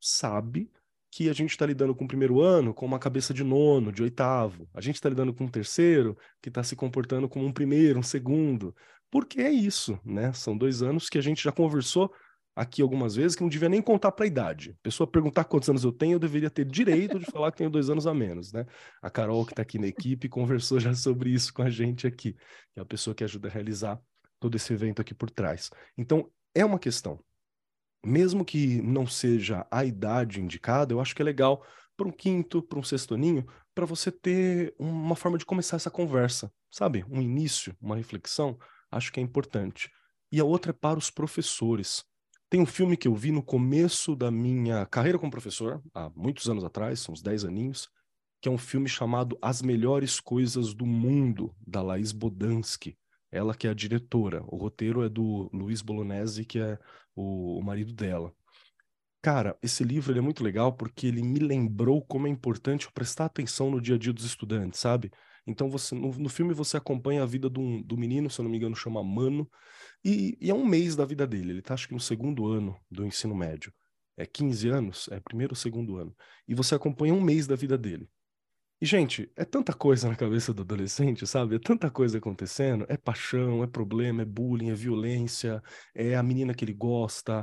sabe que a gente está lidando com o 1º ano com uma cabeça de nono, de 8º. A gente está lidando com um 3º que está se comportando como um 1º, um 2º. Porque é isso, né? São 2 anos que a gente já conversou aqui algumas vezes que não devia nem contar para a idade. A pessoa perguntar quantos anos eu tenho, eu deveria ter direito de falar que tenho 2 anos a menos, né? A Carol, que está aqui na equipe, conversou já sobre isso com a gente aqui, que é a pessoa que ajuda a realizar todo esse evento aqui por trás. Então, é uma questão. Mesmo que não seja a idade indicada, eu acho que é legal para um 5º, para um 6º aninho, para você ter uma forma de começar essa conversa, sabe? Um início, uma reflexão, acho que é importante. E a outra é para os professores. Tem um filme que eu vi no começo da minha carreira como professor, há muitos anos atrás, uns 10 aninhos, que é um filme chamado As Melhores Coisas do Mundo, da Laís Bodansky. Ela que é a diretora. O roteiro é do Luiz Bolognese, que é o marido dela. Cara, esse livro ele é muito legal porque ele me lembrou como é importante eu prestar atenção no dia a dia dos estudantes, sabe? Então você no filme você acompanha a vida do menino, se eu não me engano, chama Mano, e é um mês da vida dele. Ele tá acho que no 2º ano do ensino médio. É 15 anos, é 1º ou 2º ano. E você acompanha um mês da vida dele. E, gente, é tanta coisa na cabeça do adolescente, sabe? É tanta coisa acontecendo. É paixão, é problema, é bullying, é violência, é a menina que ele gosta,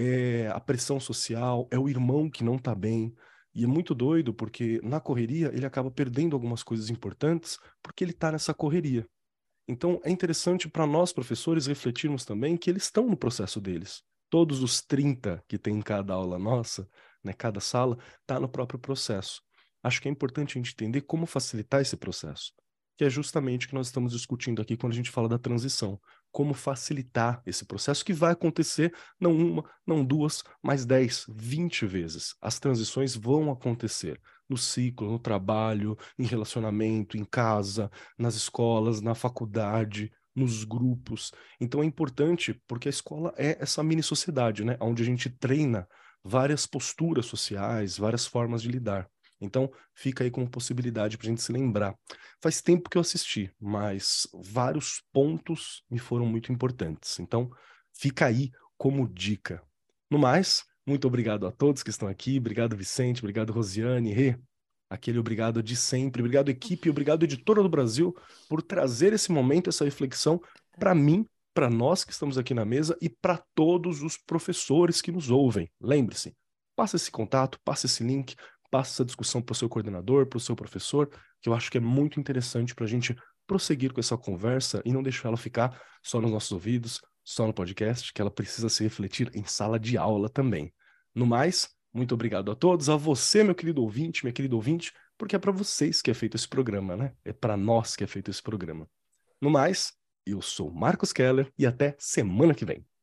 é a pressão social, é o irmão que não tá bem. E é muito doido porque na correria ele acaba perdendo algumas coisas importantes porque ele tá nessa correria. Então é interessante para nós, professores, refletirmos também que eles estão no processo deles. Todos os 30 que tem em cada aula nossa, né, cada sala, tá no próprio processo. Acho que é importante a gente entender como facilitar esse processo, que é justamente o que nós estamos discutindo aqui quando a gente fala da transição. Como facilitar esse processo que vai acontecer não uma, não duas, mas 10, 20 vezes. As transições vão acontecer no ciclo, no trabalho, em relacionamento, em casa, nas escolas, na faculdade, nos grupos. Então é importante porque a escola é essa mini sociedade, né? Onde a gente treina várias posturas sociais, várias formas de lidar. Então, fica aí como possibilidade para a gente se lembrar. Faz tempo que eu assisti, mas vários pontos me foram muito importantes. Então, fica aí como dica. No mais, muito obrigado a todos que estão aqui. Obrigado, Vicente. Obrigado, Rosiane. Rê, aquele obrigado de sempre. Obrigado, equipe. Obrigado, Editora do Brasil, por trazer esse momento, essa reflexão para mim, para nós que estamos aqui na mesa e para todos os professores que nos ouvem. Lembre-se, passa esse contato, passa esse link, passa essa discussão para o seu coordenador, para o seu professor, que eu acho que é muito interessante para a gente prosseguir com essa conversa e não deixar ela ficar só nos nossos ouvidos, só no podcast, que ela precisa se refletir em sala de aula também. No mais, muito obrigado a todos, a você, meu querido ouvinte, minha querida ouvinte, porque é para vocês que é feito esse programa, né? É para nós que é feito esse programa. No mais, eu sou Marcos Keller e até semana que vem.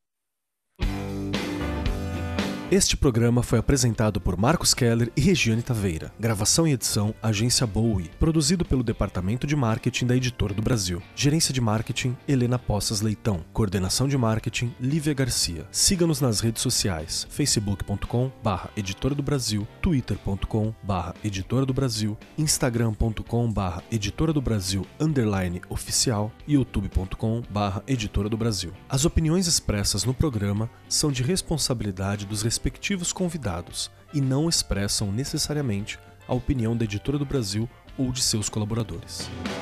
Este programa foi apresentado por Marcos Keller e Regiane Taveira. Gravação e edição, Agência Bowie. Produzido pelo Departamento de Marketing da Editora do Brasil. Gerência de Marketing, Helena Poças Leitão. Coordenação de Marketing, Lívia Garcia. Siga-nos nas redes sociais, facebook.com/Editora do Brasil, twitter.com/Editora do Brasil, instagram.com/Editora do Brasil _oficial e youtube.com/Editora do Brasil. As opiniões expressas no programa são de responsabilidade dos respectivos convidados e não expressam necessariamente a opinião da Editora do Brasil ou de seus colaboradores.